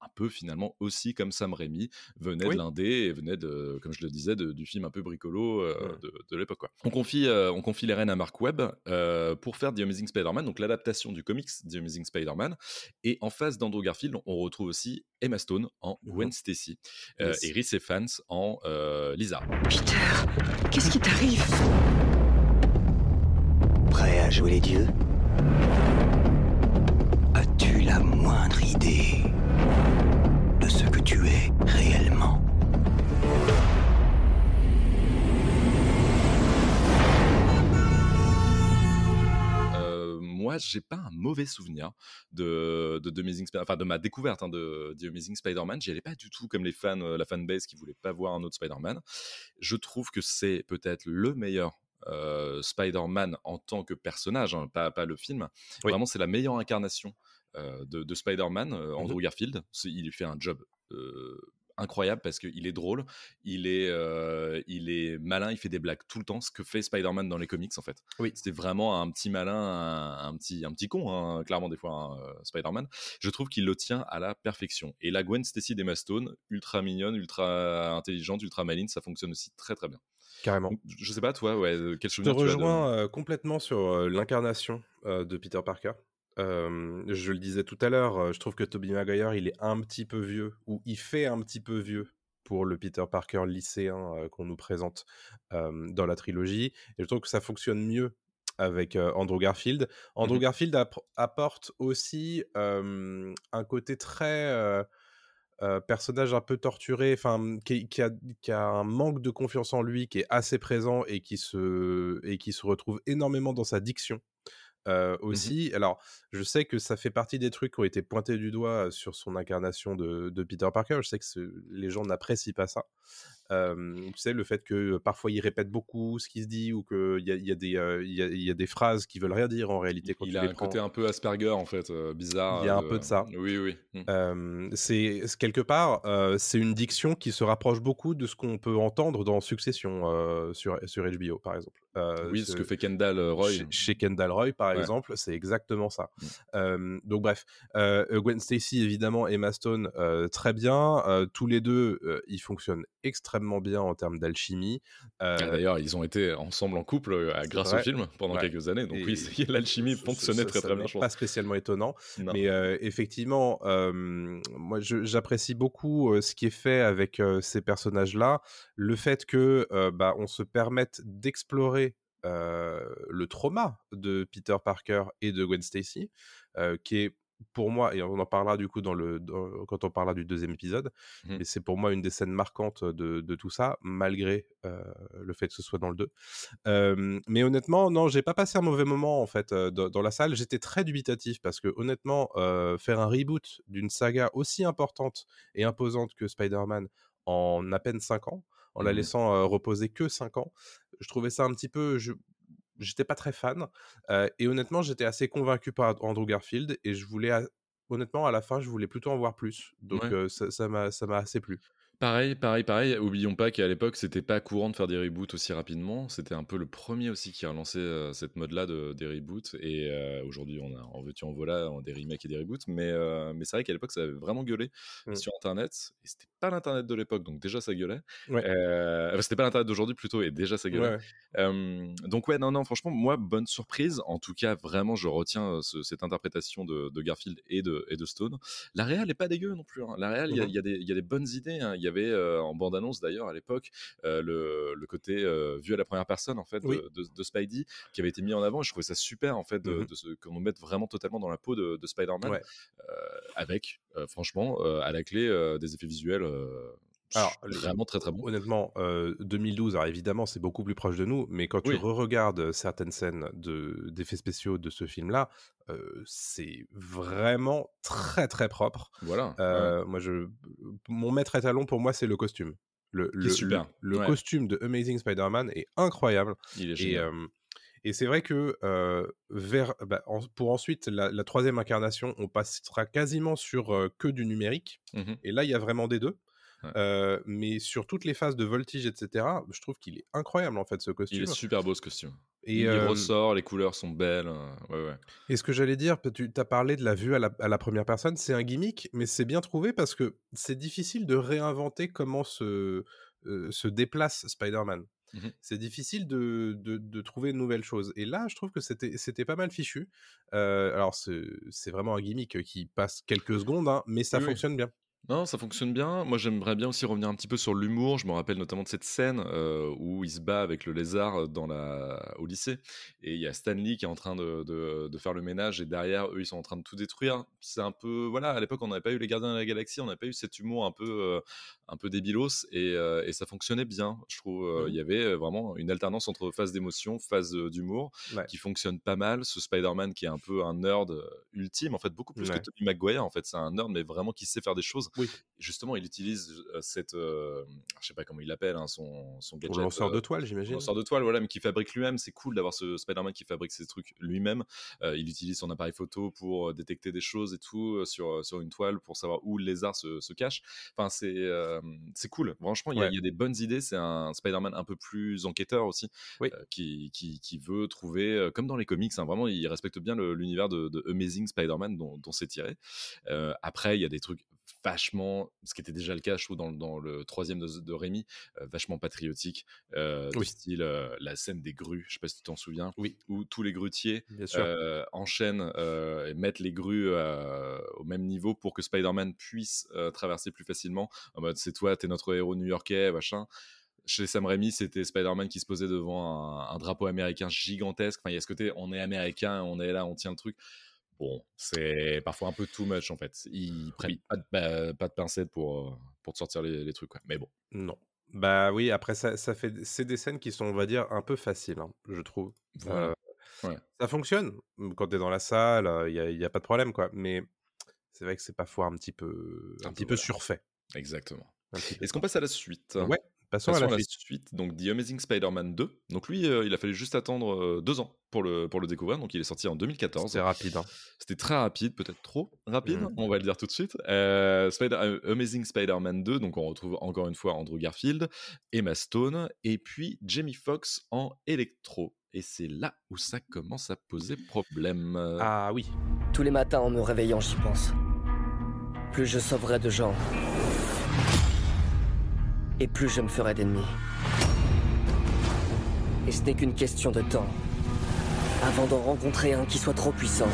un peu finalement aussi comme Sam Raimi venait de Oui. l'indé et venait de, comme je le disais, du film un peu bricolo de l'époque, quoi. On confie les rênes à Mark Webb pour faire The Amazing Spider-Man, donc l'adaptation du comics The Amazing Spider-Man. Et en face d'Andrew Garfield, on retrouve aussi Emma Stone en Gwen Stacy Yes. et Rhys Ifans en Lisa. Peter, qu'est-ce qui t'arrive? Prêt à jouer les dieux? As-tu la moindre idée de ce que tu es réellement? Moi, j'ai pas un mauvais souvenir de Amazing Spider-Man, enfin de ma découverte de The Amazing Spider-Man. J'y allais pas du tout comme les fans, la fanbase qui voulait pas voir un autre Spider-Man. Je trouve que c'est peut-être le meilleur Spider-Man en tant que personnage, hein, pas le film. Oui. Vraiment, c'est la meilleure incarnation de Spider-Man, Andrew Garfield. Il fait un job incroyable parce qu'il est drôle, il est malin, il fait des blagues tout le temps, ce que fait Spider-Man dans les comics en fait. Oui. C'était vraiment un petit malin, un petit con, hein, clairement des fois, Spider-Man. Je trouve qu'il le tient à la perfection. Et la Gwen Stacy d'Emma Stone, ultra mignonne, ultra intelligente, ultra maline, ça fonctionne aussi très très bien. Carrément. Donc, je sais pas toi, quel Je te souvenir tu as de... rejoins complètement sur l'incarnation de Peter Parker. Je le disais tout à l'heure, je trouve que Tobey Maguire, il est un petit peu vieux, ou il fait un petit peu vieux pour le Peter Parker lycéen qu'on nous présente dans la trilogie. Et je trouve que ça fonctionne mieux avec Andrew Garfield. Andrew Garfield apporte aussi un côté très... personnage un peu torturé, enfin qui a un manque de confiance en lui qui est assez présent et qui se retrouve énormément dans sa diction. Aussi, alors je sais que ça fait partie des trucs qui ont été pointés du doigt sur son incarnation de Peter Parker. Je sais que les gens n'apprécient pas ça. Tu sais, le fait que parfois il répète beaucoup ce qu'il se dit, ou qu'il y a des phrases qui veulent rien dire en réalité quand il tu a les un prends. côté un peu Asperger en fait, bizarre. Il y a un peu de ça. Oui. C'est quelque part, c'est une diction qui se rapproche beaucoup de ce qu'on peut entendre dans Succession sur HBO par exemple. Oui, ce que fait Kendall Roy. Chez Kendall Roy par exemple, c'est exactement ça. Donc bref, Gwen Stacy évidemment, Emma Stone très bien. Tous les deux, ils fonctionnent extrêmement bien en termes d'alchimie. D'ailleurs, ils ont été ensemble en couple grâce au film pendant quelques années. Donc oui, l'alchimie fonctionnait très très bien. Pas spécialement étonnant, non. Mais effectivement, moi j'apprécie beaucoup ce qui est fait avec ces personnages-là. Le fait que on se permette d'explorer le trauma de Peter Parker et de Gwen Stacy, qui est pour moi, et on en parlera du coup quand on parlera du deuxième épisode, mais c'est pour moi une des scènes marquantes de tout ça, malgré le fait que ce soit dans le 2. Mais honnêtement, non, j'ai pas passé un mauvais moment en fait dans la salle. J'étais très dubitatif parce que honnêtement, faire un reboot d'une saga aussi importante et imposante que Spider-Man en à peine 5 ans, en la laissant reposer que 5 ans, je trouvais ça un petit peu... J'étais pas très fan, et honnêtement j'étais assez convaincu par Andrew Garfield, et je voulais honnêtement à la fin je voulais plutôt en voir plus, donc ça m'a assez plu. Pareil. Oublions pas qu'à l'époque, c'était pas courant de faire des reboots aussi rapidement. C'était un peu le premier aussi qui a relancé cette mode-là des reboots. Et aujourd'hui, on a en veux-tu en voilà des remakes et des reboots. Mais c'est vrai qu'à l'époque, ça avait vraiment gueulé sur Internet. Et c'était pas l'Internet de l'époque, donc déjà ça gueulait. C'était pas l'Internet d'aujourd'hui plutôt, et déjà ça gueulait. Donc non, franchement, moi, bonne surprise. En tout cas, vraiment, je retiens cette interprétation de Garfield et de Stone. La réal est pas dégueu non plus. Hein. La réal, il y a des bonnes idées. Hein. Il y avait en bande-annonce d'ailleurs à l'époque le côté vu à la première personne en fait de Spidey qui avait été mis en avant, et je trouvais ça super en fait qu'on nous mette vraiment totalement dans la peau de Spider-Man, avec franchement à la clé des effets visuels vraiment très très bon. Honnêtement, 2012, alors évidemment c'est beaucoup plus proche de nous, mais quand tu re-regardes certaines scènes d'effets spéciaux de ce film-là, c'est vraiment très très propre. Voilà. Moi, mon maître étalon pour moi c'est le costume. Super. Le costume de Amazing Spider-Man est incroyable. Il est génial. Et c'est vrai que pour ensuite la troisième incarnation, on passera quasiment sur que du numérique. Et là, il y a vraiment des deux. Mais sur toutes les phases de voltige, etc., je trouve qu'il est incroyable en fait ce costume. Il est super beau ce costume. Et, Il ressort, les couleurs sont belles. Ouais. et ce que j'allais dire, tu as parlé de la vue à la première personne, c'est un gimmick, mais c'est bien trouvé parce que c'est difficile de réinventer comment se déplace Spider-Man. Mhm. C'est difficile de trouver une nouvelle chose. Et là, je trouve que c'était pas mal fichu. Alors, c'est vraiment un gimmick qui passe quelques secondes, hein, mais ça Oui. fonctionne bien. Non, ça fonctionne bien. Moi, j'aimerais bien aussi revenir un petit peu sur l'humour. Je me rappelle notamment de cette scène où il se bat avec le lézard au lycée. Et il y a Stanley qui est en train de faire le ménage. Et derrière, eux, ils sont en train de tout détruire. C'est un peu... Voilà, à l'époque, on n'avait pas eu les Gardiens de la Galaxie. On n'avait pas eu cet humour un peu débilos. Et ça fonctionnait bien, je trouve. Il y avait vraiment une alternance entre phase d'émotion, phase d'humour, qui fonctionne pas mal. Ce Spider-Man qui est un peu un nerd ultime, en fait, beaucoup plus que Tobey Maguire. En fait, c'est un nerd, mais vraiment qui sait faire des choses. Oui. Justement, il utilise cette, je sais pas comment il l'appelle, hein, son gadget. Pour le lanceur de toile, j'imagine. Lanceur de toile, voilà, mais qui fabrique lui-même. C'est cool d'avoir ce Spider-Man qui fabrique ses trucs lui-même. Il utilise son appareil photo pour détecter des choses et tout sur une toile pour savoir où le lézard se cache. Enfin, c'est cool. Franchement, il y a des bonnes idées. C'est un Spider-Man un peu plus enquêteur aussi, qui veut trouver, comme dans les comics, hein, vraiment, il respecte bien l'univers de Amazing Spider-Man dont c'est tiré. Après, il y a des trucs vachement, ce qui était déjà le cas, je trouve, dans le troisième de Raimi, vachement patriotique, du style la scène des grues, je sais pas si tu t'en souviens, où tous les grutiers enchaînent et mettent les grues au même niveau pour que Spider-Man puisse traverser plus facilement, en mode c'est toi, t'es notre héros new-yorkais, machin. Chez Sam Raimi, c'était Spider-Man qui se posait devant un drapeau américain gigantesque. Enfin, il y a ce côté, on est américain, on est là, on tient le truc. Bon, c'est parfois un peu too much en fait. Ils prennent pas de pincettes pour te sortir les trucs, quoi. Mais bon. Non. Bah oui, après, c'est des scènes qui sont, on va dire, un peu faciles, hein, je trouve. Voilà. Ça fonctionne. Quand t'es dans la salle, il n'y a pas de problème, quoi. Mais c'est vrai que c'est parfois un petit peu surfait. Exactement. Est-ce qu'on passe à la suite ? Ouais. Passons à la suite. Donc, The Amazing Spider-Man 2. Donc, lui, il a fallu juste attendre 2 ans pour le découvrir. Donc, il est sorti en 2014. C'était rapide. Hein. C'était très rapide, peut-être trop rapide, on va le dire tout de suite. Amazing Spider-Man 2. Donc, on retrouve encore une fois Andrew Garfield, Emma Stone, et puis Jamie Foxx en Electro. Et c'est là où ça commence à poser problème. Ah oui. Tous les matins, en me réveillant, j'y pense. Plus je sauverai de gens, et plus je me ferai d'ennemis. Et ce n'est qu'une question de temps avant d'en rencontrer un qui soit trop puissant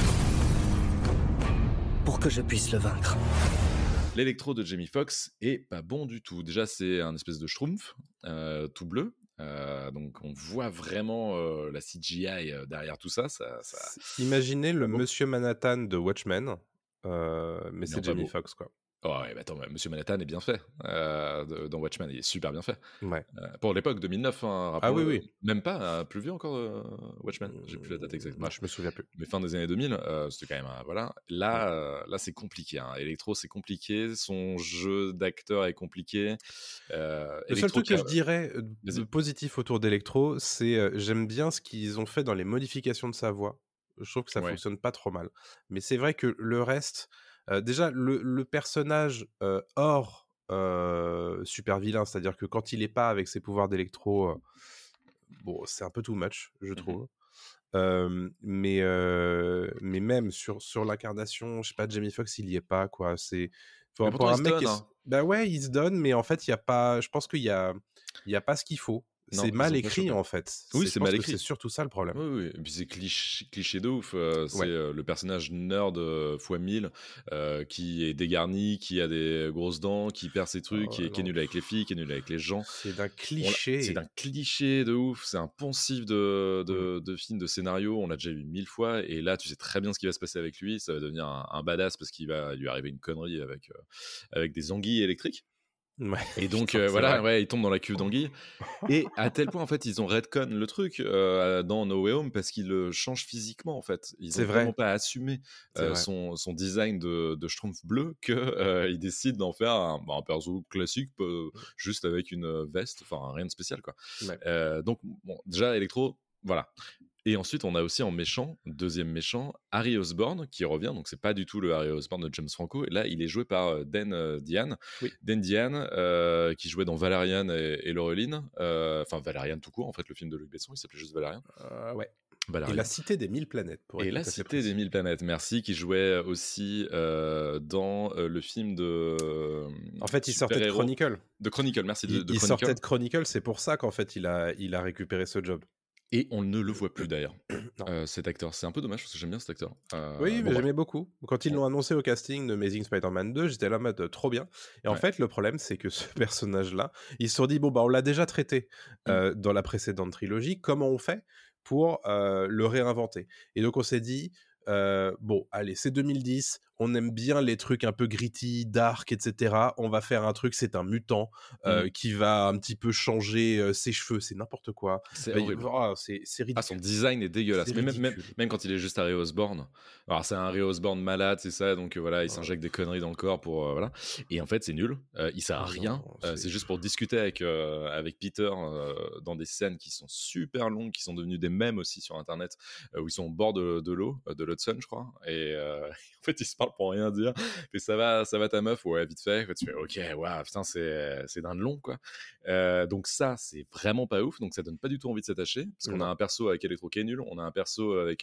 pour que je puisse le vaincre. L'électro de Jamie Foxx est pas bon du tout. Déjà, c'est un espèce de schtroumpf tout bleu. Donc on voit vraiment la CGI derrière tout ça. Imaginez le Monsieur Manhattan de Watchmen, mais c'est Jamie Foxx, quoi. Oh ouais, bah attends, Monsieur Manhattan est bien fait dans Watchmen, il est super bien fait. Ouais. Pour l'époque 2009, hein, ah oui. Même pas, plus vieux encore Watchmen, j'ai plus la date exactement. Je me souviens plus. Mais fin des années 2000, c'était quand même voilà. Là c'est compliqué. Hein. Electro c'est compliqué, son jeu d'acteur est compliqué. Le seul truc que je dirais de positif autour d'Electro, c'est j'aime bien ce qu'ils ont fait dans les modifications de sa voix. Je trouve que ça fonctionne pas trop mal. Mais c'est vrai que le reste. Déjà, le personnage hors super vilain, c'est-à-dire que quand il est pas avec ses pouvoirs d'électro, bon, c'est un peu too much, je trouve. Mais même sur l'incarnation, je sais pas, Jamie Foxx, il y est pas, quoi. C'est pour un mec bah ouais, il se donne, mais en fait, il y a pas. Je pense qu'il y a pas ce qu'il faut. Non, c'est mal écrit en fait. Oui, c'est mal écrit. C'est surtout ça le problème. Oui. Et puis c'est cliché de ouf. C'est le personnage nerd x 1000 qui est dégarni, qui a des grosses dents, qui perd ses trucs, qui est nul avec les filles, qui est nul avec les gens. C'est d'un cliché. C'est d'un cliché de ouf. C'est un poncif de film, de scénario. On l'a déjà vu 1000 fois. Et là, tu sais très bien ce qui va se passer avec lui. Ça va devenir un badass parce qu'il va lui arriver une connerie avec des anguilles électriques. Ouais, et donc il tombe dans la cuve d'anguille et à tel point en fait ils ont retcon le truc dans No Way Home parce qu'ils le changent physiquement en fait, ils n'ont vraiment pas assumé son design de schtroumpf bleu qu'ils décident d'en faire un perso classique juste avec une veste, enfin rien de spécial quoi. Donc bon, déjà Electro, voilà. Et ensuite, on a aussi en méchant, deuxième méchant, Harry Osborn qui revient. Donc, c'est pas du tout le Harry Osborn de James Franco. Et là, il est joué par Dan Diane. Oui. Dan Diane, qui jouait dans Valerian et Laureline. Enfin, Valerian tout court, en fait, le film de Luc Besson. Il s'appelait juste Valerian. Ouais. Valerian. Et La Cité des Mille Planètes. Et La Cité des Mille Planètes, merci. Qui jouait aussi dans le film de. En fait, il sortait de Chronicle. De Chronicle, merci. Il sortait de Chronicle, c'est pour ça qu'en fait, il a récupéré ce job. Et on ne le voit plus d'ailleurs, cet acteur. C'est un peu dommage parce que j'aime bien cet acteur. Oui, mais j'aimais beaucoup. Quand ils l'ont annoncé au casting de Amazing Spider-Man 2, j'étais là en mode trop bien. Et en fait, le problème, c'est que ce personnage-là, ils se sont dit, bon, bah, on l'a déjà traité dans la précédente trilogie, comment on fait pour le réinventer? Et donc, on s'est dit, bon, allez, c'est 2010, on aime bien les trucs un peu gritty, dark, etc. On va faire un truc, c'est un mutant qui va un petit peu changer ses cheveux, c'est n'importe quoi. C'est horrible. C'est ridicule. Ah, son design est dégueulasse. C'est même quand il est juste Harry Osborn. Alors, c'est un Harry Osborn malade, c'est ça. Donc, voilà, il s'injecte des conneries dans le corps pour. Voilà. Et en fait, c'est nul. Il sert à rien. C'est juste pour discuter avec Peter dans des scènes qui sont super longues, qui sont devenues des mèmes aussi sur Internet, où ils sont au bord de l'eau, de l'Hudson, je crois. Et en fait, ils se parlent pour rien dire. Et ça va ta meuf? Ouais, vite fait. Tu fais, ok, waouh, putain, c'est d'un long, quoi. Donc, ça, c'est vraiment pas ouf. Donc, ça donne pas du tout envie de s'attacher. Parce qu'on a un perso avec Electro qui est nul. On a un perso avec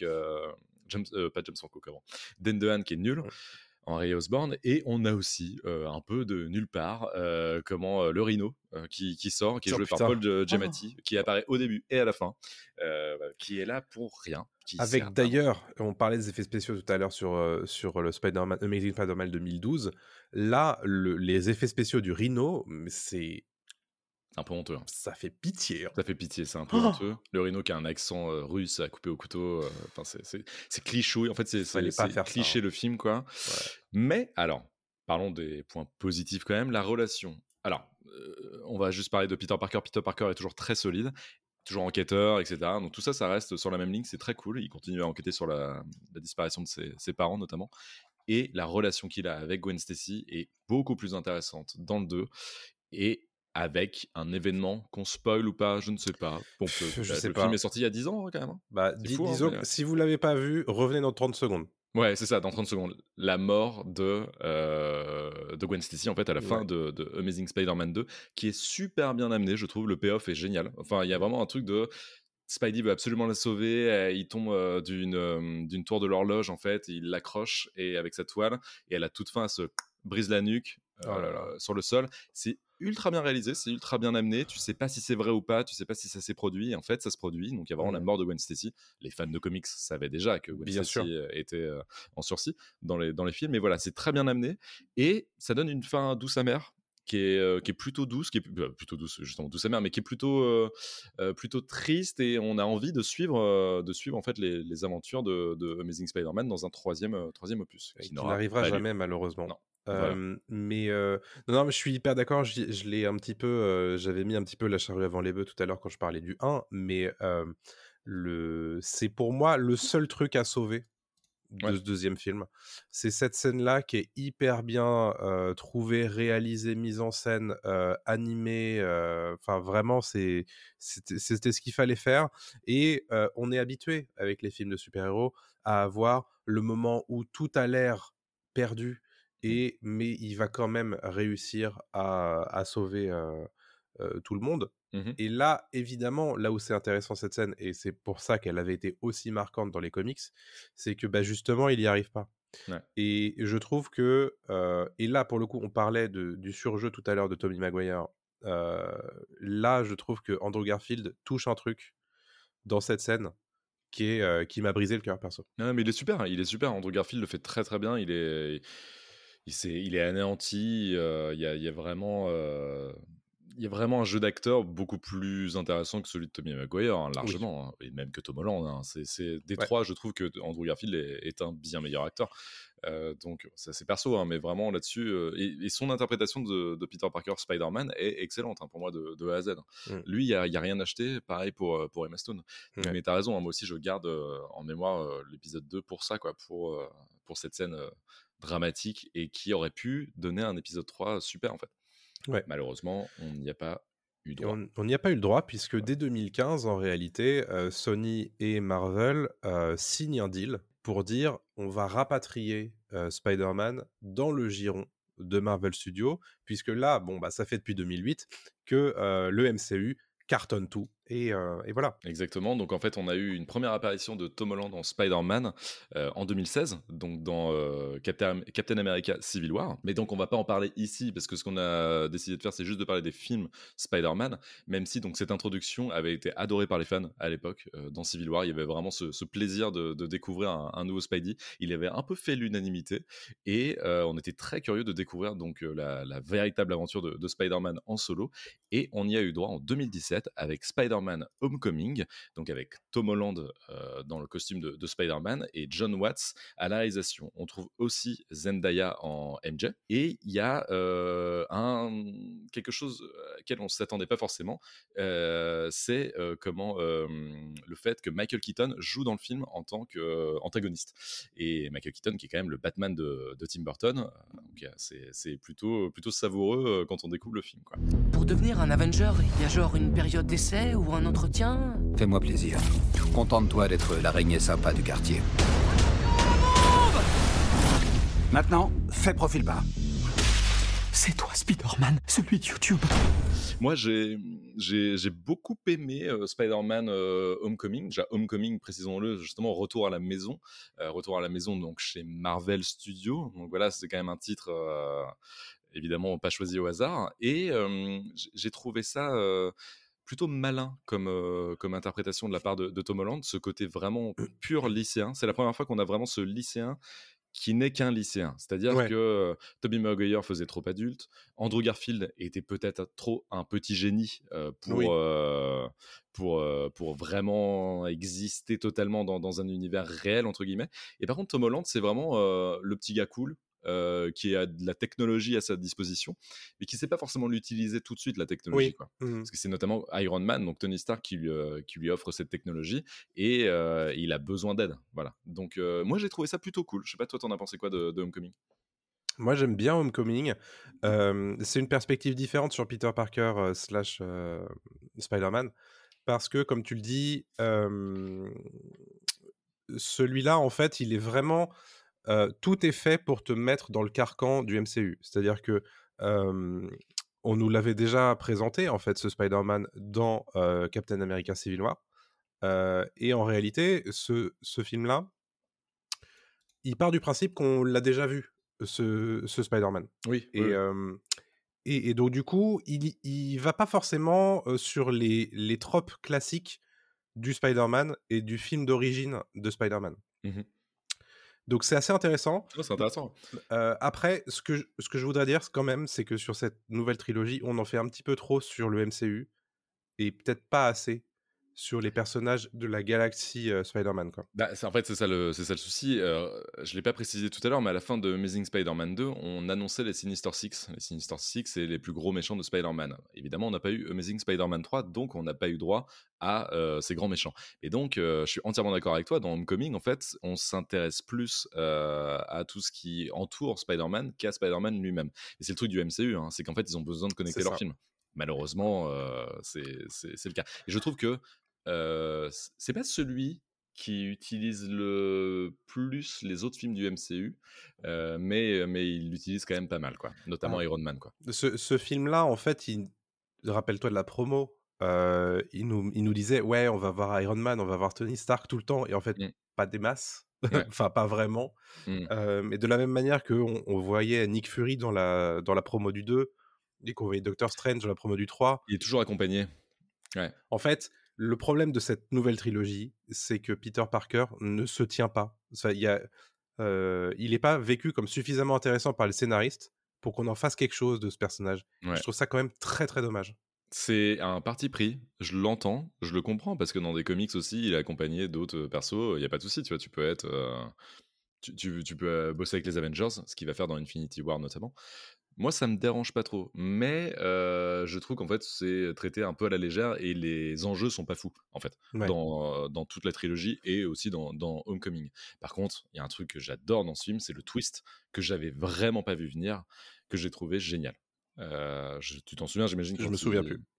pas James Franco, comment, Dan DeHaan qui est nul. Harry Osborn, et on a aussi un peu de nulle part le Rhino qui sort, qui est joué par Paul Giamatti, qui apparaît au début et à la fin, qui est là pour rien. Avec d'ailleurs, on parlait des effets spéciaux tout à l'heure sur le Spider-Man, Amazing Spider-Man 2012. Là, les effets spéciaux du Rhino, c'est un peu honteux. Ça fait pitié. Ça fait pitié, c'est un peu honteux. Le Rhino qui a un accent russe à couper au couteau, c'est clichouille. En fait, c'est cliché le film, quoi. Ouais. Mais alors, parlons des points positifs quand même. La relation. Alors, on va juste parler de Peter Parker. Peter Parker est toujours très solide, toujours enquêteur, etc. Donc tout ça, ça reste sur la même ligne. C'est très cool. Il continue à enquêter sur la disparition de ses parents, notamment. Et la relation qu'il a avec Gwen Stacy est beaucoup plus intéressante dans le 2. Et avec un événement qu'on spoil ou pas, je ne sais pas. Bon, le film est sorti il y a 10 ans, quand même. Bah, disons que si vous ne l'avez pas vu, revenez dans 30 secondes. Ouais, c'est ça, dans 30 secondes. La mort de Gwen Stacy, en fait, à la fin de Amazing Spider-Man 2, qui est super bien amené, je trouve. Le payoff est génial. Enfin, il y a vraiment un truc de... Spidey veut absolument la sauver, il tombe d'une tour de l'horloge, en fait, il l'accroche et avec sa toile, et elle a toute fin, elle se brise la nuque sur le sol. C'est ultra bien réalisé, c'est ultra bien amené, tu sais pas si c'est vrai ou pas, tu sais pas si ça s'est produit, et en fait ça se produit, donc il y a vraiment la mort de Gwen Stacy. Les fans de comics savaient déjà que Gwen Stacy était en sursis dans les films, mais voilà, c'est très bien amené, et ça donne une fin douce amère, qui est plutôt douce, plutôt douce, justement douce amère, mais qui est plutôt triste, et on a envie de suivre en fait les aventures de Amazing Spider-Man dans un troisième opus. Qui n'arrivera jamais, malheureusement. Non. Voilà. Mais non, mais je suis hyper d'accord. Je l'ai un petit peu, j'avais mis un petit peu la charrue avant les bœufs tout à l'heure quand je parlais du 1, mais c'est pour moi le seul truc à sauver de ce deuxième film. C'est cette scène-là qui est hyper bien trouvée, réalisée, mise en scène, animée. Enfin, vraiment, c'était ce qu'il fallait faire. Et on est habitué avec les films de super-héros à avoir le moment où tout a l'air perdu, mais il va quand même réussir à sauver tout le monde. Et là, évidemment, là où c'est intéressant cette scène, et c'est pour ça qu'elle avait été aussi marquante dans les comics, c'est que justement, il n'y arrive pas. Ouais. Et je trouve que, et là, pour le coup, on parlait du surjeu tout à l'heure de Tobey Maguire. Là, je trouve que Andrew Garfield touche un truc dans cette scène qui m'a brisé le cœur, perso. Non, mais il est super. Andrew Garfield le fait très très bien. Il est anéanti. Il y a vraiment... Il y a vraiment un jeu d'acteur beaucoup plus intéressant que celui de Tobey Maguire, largement, et même que Tom Holland. Des trois, je trouve que Andrew Garfield est un bien meilleur acteur. Donc, ça c'est perso, mais vraiment là-dessus. Et son interprétation de Peter Parker Spider-Man est excellente pour moi de A à Z. Lui, il n'y a rien acheté, pareil pour Emma Stone. Mais t'as raison, moi aussi je garde en mémoire l'épisode 2 pour ça, quoi, pour cette scène dramatique, et qui aurait pu donner un épisode 3 super en fait. Ouais. Malheureusement, on n'y a pas eu Et droit. on n'y a pas eu le droit puisque dès 2015, en réalité, Sony et Marvel signent un deal pour dire on va rapatrier Spider-Man dans le giron de Marvel Studios, puisque là, bon, bah, ça fait depuis 2008 que le MCU cartonne tout. Et voilà. Exactement, donc en fait on a eu une première apparition de Tom Holland en Spider-Man en 2016, donc dans Captain America Civil War, mais donc on va pas en parler ici parce que ce qu'on a décidé de faire c'est juste de parler des films Spider-Man, même si donc cette introduction avait été adorée par les fans à l'époque. Dans Civil War il y avait vraiment ce plaisir de découvrir un nouveau Spidey, il avait un peu fait l'unanimité et on était très curieux de découvrir donc la véritable aventure de Spider-Man en solo, et on y a eu droit en 2017 avec Spider-Man Homecoming, donc avec Tom Holland dans le costume de Spider-Man et John Watts à la réalisation. On trouve aussi Zendaya en MJ, et il y a quelque chose auquel on ne s'attendait pas forcément, c'est le fait que Michael Keaton joue dans le film en tant qu'antagoniste. Et Michael Keaton qui est quand même le Batman de Tim Burton, donc c'est plutôt savoureux quand on découvre le film, quoi. Pour devenir un Avenger, il y a genre une période d'essai ou un entretien? Fais-moi plaisir. Contente-toi d'être l'araignée sympa du quartier. Maintenant, fais profil bas. C'est toi, Spider-Man, celui de YouTube. Moi, j'ai beaucoup aimé Spider-Man Homecoming. Déjà, Homecoming, précisons-le, justement, retour à la maison. Retour à la maison, donc chez Marvel Studios. Donc voilà, c'est quand même un titre, évidemment, pas choisi au hasard. Et j'ai trouvé ça plutôt malin comme interprétation de la part de Tom Holland, ce côté vraiment pur lycéen. C'est la première fois qu'on a vraiment ce lycéen qui n'est qu'un lycéen. C'est-à-dire que Tobey Maguire faisait trop adulte, Andrew Garfield était peut-être trop un petit génie pour vraiment exister totalement dans un univers réel, entre guillemets. Et par contre, Tom Holland, c'est vraiment le petit gars cool, qui a de la technologie à sa disposition, mais qui ne sait pas forcément l'utiliser tout de suite, la technologie, quoi. Parce que c'est notamment Iron Man, donc Tony Stark, qui lui offre cette technologie, et il a besoin d'aide. Voilà. Donc moi, j'ai trouvé ça plutôt cool. Je sais pas, toi, t'en as pensé quoi de Homecoming? Moi, j'aime bien Homecoming. C'est une perspective différente sur Peter Parker slash Spider-Man, parce que, comme tu le dis, celui-là, en fait, il est vraiment... tout est fait pour te mettre dans le carcan du MCU. C'est-à-dire que on nous l'avait déjà présenté, en fait, ce Spider-Man dans Captain America Civil War. Et en réalité, ce film-là, il part du principe qu'on l'a déjà vu, ce Spider-Man. Oui. Et donc, du coup, il va pas forcément sur les tropes classiques du Spider-Man et du film d'origine de Spider-Man. Donc c'est assez intéressant. C'est intéressant. Après, ce que je voudrais dire quand même, c'est que sur cette nouvelle trilogie, on en fait un petit peu trop sur le MCU et peut-être pas assez sur les personnages de la galaxie Spider-Man, quoi. Bah, en fait, c'est ça le souci. Je l'ai pas précisé tout à l'heure, mais à la fin de Amazing Spider-Man 2, on annonçait les Sinister Six. Les Sinister Six, c'est les plus gros méchants de Spider-Man. Évidemment, on n'a pas eu Amazing Spider-Man 3, donc on n'a pas eu droit à ces grands méchants. Et donc, je suis entièrement d'accord avec toi. Dans Homecoming, en fait, on s'intéresse plus à tout ce qui entoure Spider-Man qu'à Spider-Man lui-même. Et c'est le truc du MCU, hein, c'est qu'en fait, ils ont besoin de connecter leurs films. Malheureusement, c'est le cas. Et je trouve que c'est pas celui qui utilise le plus les autres films du MCU, mais il l'utilise quand même pas mal, quoi. Notamment Iron Man, quoi. Ce film-là, en fait, rappelle-toi de la promo, il nous disait, ouais, on va voir Iron Man, on va voir Tony Stark tout le temps, et en fait, pas des masses, enfin, pas vraiment. Mais de la même manière qu'on voyait Nick Fury dans la promo du 2, et qu'on voyait Doctor Strange dans la promo du 3. Il est toujours accompagné. Ouais. En fait, le problème de cette nouvelle trilogie, c'est que Peter Parker ne se tient pas. Il n'est pas vécu comme suffisamment intéressant par les scénaristes pour qu'on en fasse quelque chose de ce personnage. Ouais. Je trouve ça quand même très très dommage. C'est un parti pris, je l'entends, je le comprends, parce que dans des comics aussi, il est accompagné d'autres persos, il n'y a pas de souci, tu vois, tu peux être... tu peux bosser avec les Avengers, ce qu'il va faire dans Infinity War notamment. Moi, ça me dérange pas trop, mais je trouve qu'en fait, c'est traité un peu à la légère et les enjeux sont pas fous, en fait, dans toute la trilogie et aussi dans Homecoming. Par contre, il y a un truc que j'adore dans ce film, c'est le twist que j'avais vraiment pas vu venir, que j'ai trouvé génial. Tu t'en souviens, j'imagine? Je me souviens plus.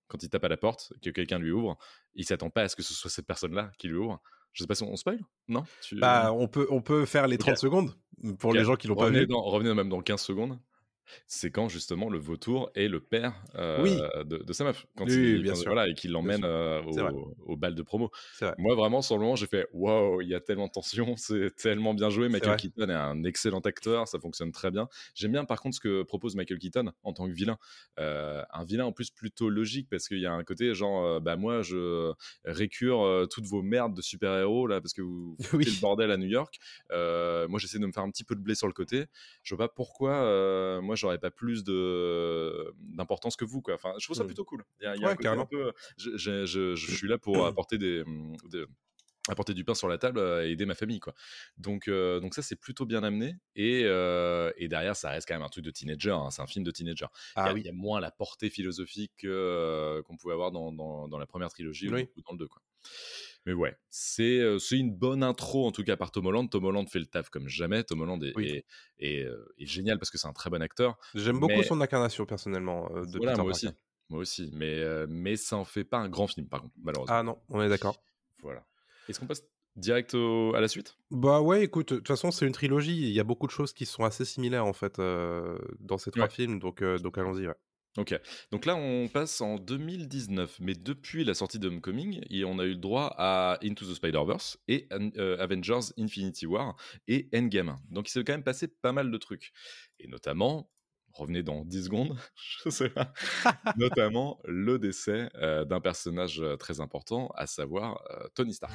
quand il tape à la porte, que quelqu'un lui ouvre, il s'attend pas à ce que ce soit cette personne-là qui lui ouvre. Je sais pas si on spoil, non? Bah, on peut faire les 30 secondes pour les gens qui l'ont pas vu. Revenez même dans 15 secondes. C'est quand justement le vautour est le père de sa meuf. Bien sûr. Voilà, et qu'il l'emmène au bal de promo. Moi, vraiment, sur le moment, j'ai fait waouh, il y a tellement de tension, c'est tellement bien joué. Michael Keaton est un excellent acteur, ça fonctionne très bien. J'aime bien par contre ce que propose Michael Keaton en tant que vilain. Un vilain en plus plutôt logique parce qu'il y a un côté genre, moi je récure toutes vos merdes de super-héros là parce que vous foutez le bordel à New York. Moi, j'essaie de me faire un petit peu de blé sur le côté. Je vois pas pourquoi moi j'aurais pas plus d'importance que vous, quoi. Enfin, je trouve ça plutôt cool. Il y a un côté un peu, je suis là pour apporter apporter du pain sur la table et aider ma famille, quoi. Donc ça c'est plutôt bien amené et derrière ça reste quand même un truc de teenager, hein. C'est un film de teenager. Il y a moins la portée philosophique qu'on pouvait avoir dans la première trilogie ou dans le 2, quoi. Mais ouais, c'est une bonne intro en tout cas par Tom Holland. Tom Holland fait le taf comme jamais. Tom Holland est génial parce que c'est un très bon acteur. J'aime beaucoup son incarnation personnellement de Peter Parker. Moi aussi, mais ça en fait pas un grand film par contre, malheureusement. Ah non, on est d'accord. Voilà. Est-ce qu'on passe direct à la suite? Bah ouais, écoute, de toute façon c'est une trilogie. Il y a beaucoup de choses qui sont assez similaires en fait dans ces 3 films, donc allons-y. Ouais. Ok, donc là on passe en 2019, mais depuis la sortie de Homecoming, on a eu le droit à Into the Spider-Verse et Avengers Infinity War et Endgame. Donc il s'est quand même passé pas mal de trucs. Et notamment, revenez dans 10 secondes, je sais pas, notamment le décès d'un personnage très important, à savoir Tony Stark.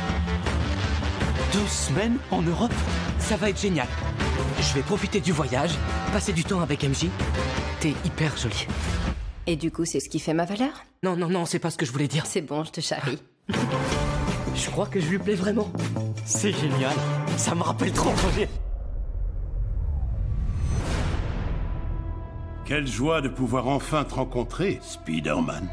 2 semaines en Europe? Ça va être génial. Je vais profiter du voyage, passer du temps avec MJ. T'es hyper jolie. Et du coup, c'est ce qui fait ma valeur? Non, c'est pas ce que je voulais dire. C'est bon, je te charrie. Je crois que je lui plais vraiment. C'est génial. Ça me rappelle trop Roger. Quelle joie de pouvoir enfin te rencontrer, Spider-Man.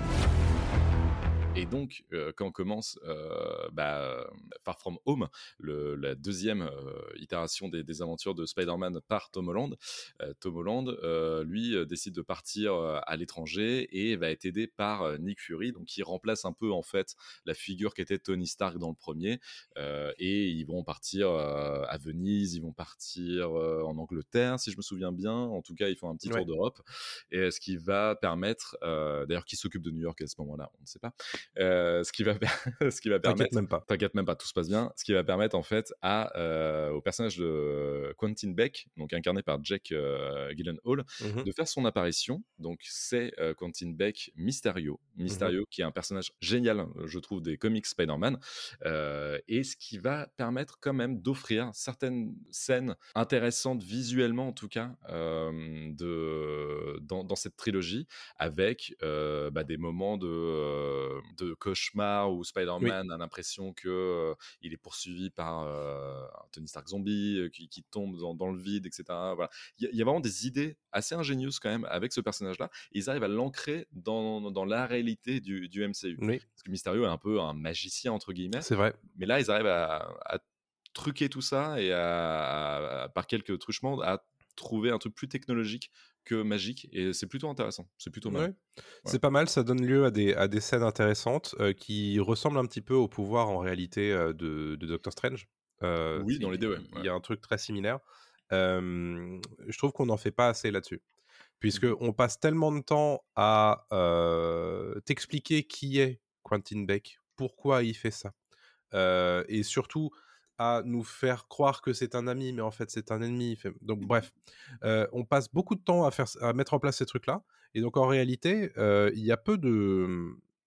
Et donc, quand on commence Far From Home, la deuxième itération des aventures de Spider-Man par Tom Holland, lui, décide de partir à l'étranger et va être aidé par Nick Fury, donc qui remplace un peu en fait la figure qu'était Tony Stark dans le premier. Et ils vont partir à Venise, ils vont partir en Angleterre, si je me souviens bien. En tout cas, ils font un petit tour d'Europe. Et ce qui va permettre, d'ailleurs, qui s'occupe de New York à ce moment-là, on ne sait pas. Ce qui va permettre, t'inquiète même pas, tout se passe bien. Ce qui va permettre en fait au personnage de Quentin Beck, donc incarné par Jake Gyllenhaal, de faire son apparition. Donc c'est Quentin Beck Mysterio, qui est un personnage génial, je trouve, des comics Spider-Man, et ce qui va permettre quand même d'offrir certaines scènes intéressantes visuellement, en tout cas, dans cette trilogie, avec des moments de cauchemar où Spider-Man a l'impression que il est poursuivi par un Tony Stark zombie qui tombe dans le vide, etc. Voilà. Il y a vraiment des idées assez ingénieuses quand même avec ce personnage-là. Ils arrivent à l'ancrer dans la réalité du MCU. Parce que Mysterio est un peu un magicien, entre guillemets. C'est vrai. Mais là, ils arrivent à truquer tout ça et par quelques truchements, à trouver un truc plus technologique que magique, et c'est plutôt intéressant, c'est plutôt mal. C'est pas mal, ça donne lieu à des scènes intéressantes qui ressemblent un petit peu au pouvoir en réalité de Doctor Strange. Oui, dans les deux, il y a un truc très similaire. Je trouve qu'on n'en fait pas assez là-dessus, puisqu'on passe tellement de temps à t'expliquer qui est Quentin Beck, pourquoi il fait ça, et surtout à nous faire croire que c'est un ami, mais en fait c'est un ennemi. Donc bref, on passe beaucoup de temps à mettre en place ces trucs-là, et donc en réalité, il y a peu de...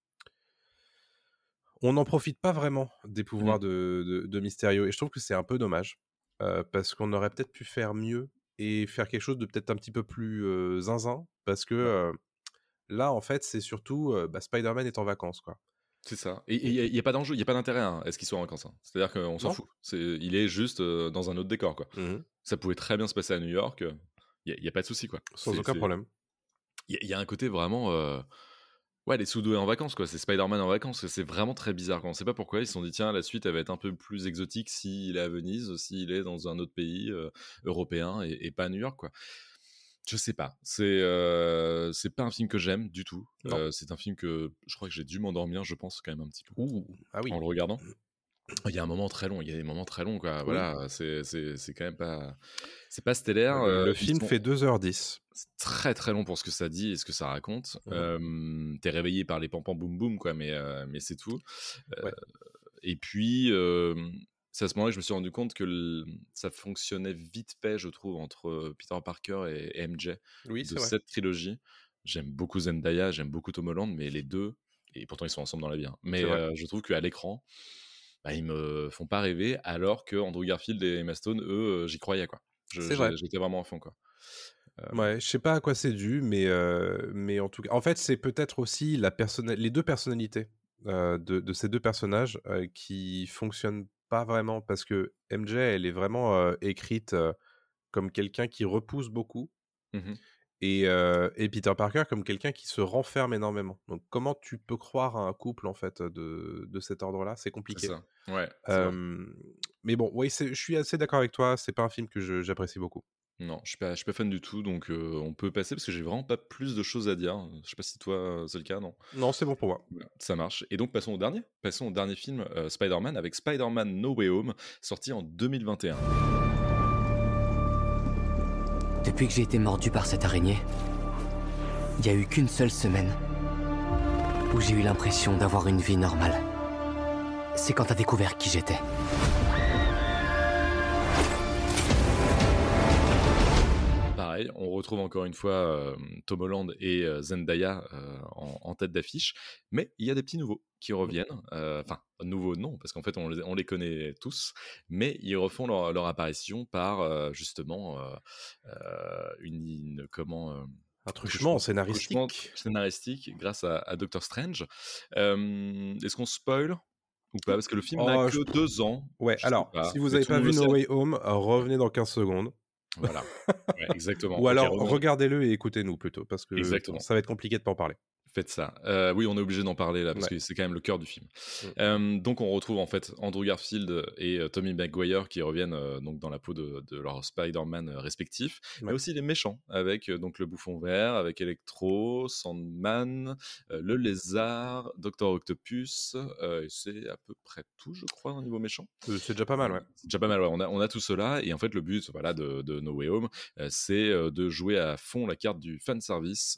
On n'en profite pas vraiment des pouvoirs de Mysterio, et je trouve que c'est un peu dommage, parce qu'on aurait peut-être pu faire mieux, et faire quelque chose de peut-être un petit peu plus zinzin, parce que là, en fait, c'est surtout Spider-Man est en vacances, quoi. C'est ça. Et il n'y a pas d'enjeu, il n'y a pas d'intérêt à ce qu'il soit en vacances. C'est-à-dire qu'on s'en fout. Il est juste dans un autre décor, quoi. Ça pouvait très bien se passer à New York. Il n'y a pas de souci, quoi. Sans aucun problème. Il y a un côté vraiment... les sous-doués en vacances, quoi. C'est Spider-Man en vacances. C'est vraiment très bizarre, quoi. On ne sait pas pourquoi. Ils se sont dit, tiens, la suite, elle va être un peu plus exotique s'il est à Venise, s'il est dans un autre pays européen et pas à New York, quoi. Je sais pas. C'est pas un film que j'aime du tout. C'est un film que je crois que j'ai dû m'endormir, je pense, quand même un petit peu. Ah oui. En le regardant. Il y a un moment très long, il y a des moments très longs, quoi. Oui. Voilà, c'est quand même pas. C'est pas stellaire. Le film fait 2h10. C'est très très long pour ce que ça dit et ce que ça raconte. T'es réveillé par les pam-pam boum boum, quoi, mais c'est tout. Et puis. C'est à ce moment-là que je me suis rendu compte que ça fonctionnait vite fait, je trouve, entre Peter Parker et MJ de cette trilogie. J'aime beaucoup Zendaya, j'aime beaucoup Tom Holland, mais les deux, et pourtant ils sont ensemble dans la vie, hein, mais je trouve qu'à l'écran, ils me font pas rêver, alors que Andrew Garfield et Emma Stone, eux, j'y croyais, quoi. J'étais vraiment à fond, quoi. Ouais, je sais pas à quoi c'est dû, mais en tout cas, en fait, c'est peut-être aussi les deux personnalités de ces deux personnages qui fonctionnent pas vraiment, parce que MJ, elle est vraiment écrite comme quelqu'un qui repousse beaucoup, et Peter Parker comme quelqu'un qui se renferme énormément. Donc, comment tu peux croire à un couple, en fait, de cet ordre-là? C'est compliqué. C'est ça. Ouais. Mais bon, oui, je suis assez d'accord avec toi. C'est pas un film que j'apprécie beaucoup. Non, je suis pas fan du tout, donc on peut passer parce que j'ai vraiment pas plus de choses à dire. Je sais pas si toi c'est le cas, non? Non, c'est bon pour moi. Ça marche. Et donc passons au dernier film, Spider-Man, avec Spider-Man No Way Home, sorti en 2021. Depuis que j'ai été mordu par cette araignée, il n'y a eu qu'une seule semaine où j'ai eu l'impression d'avoir une vie normale. C'est quand t'as découvert qui j'étais. Pareil, on retrouve encore une fois Tom Holland et Zendaya en tête d'affiche, mais il y a des petits nouveaux qui reviennent. Enfin, nouveaux non, parce qu'en fait on les connaît tous, mais ils refont leur apparition par justement un truchement scénaristique grâce à Doctor Strange. Est-ce qu'on spoil ou pas? Parce que le film n'a que 2 ans. Ouais, alors, si vous n'avez pas vu No Way Home, revenez dans 15 secondes. Voilà, ouais, exactement. Ou alors, regardez-le et écoutez-nous plutôt, parce que ça va être compliqué de pas en parler. Faites ça. Oui, on est obligé d'en parler là, parce que c'est quand même le cœur du film. Donc on retrouve en fait Andrew Garfield et Tobey Maguire qui reviennent donc dans la peau de leur Spider-Man respectifs, mais aussi les méchants, avec donc le Bouffon Vert, avec Electro, Sandman, le Lézard, Dr Octopus, et c'est à peu près tout, je crois, au niveau méchant. C'est déjà pas mal, ouais. C'est déjà pas mal, ouais. On a tout cela, et en fait le but de No Way Home, c'est de jouer à fond la carte du fanservice,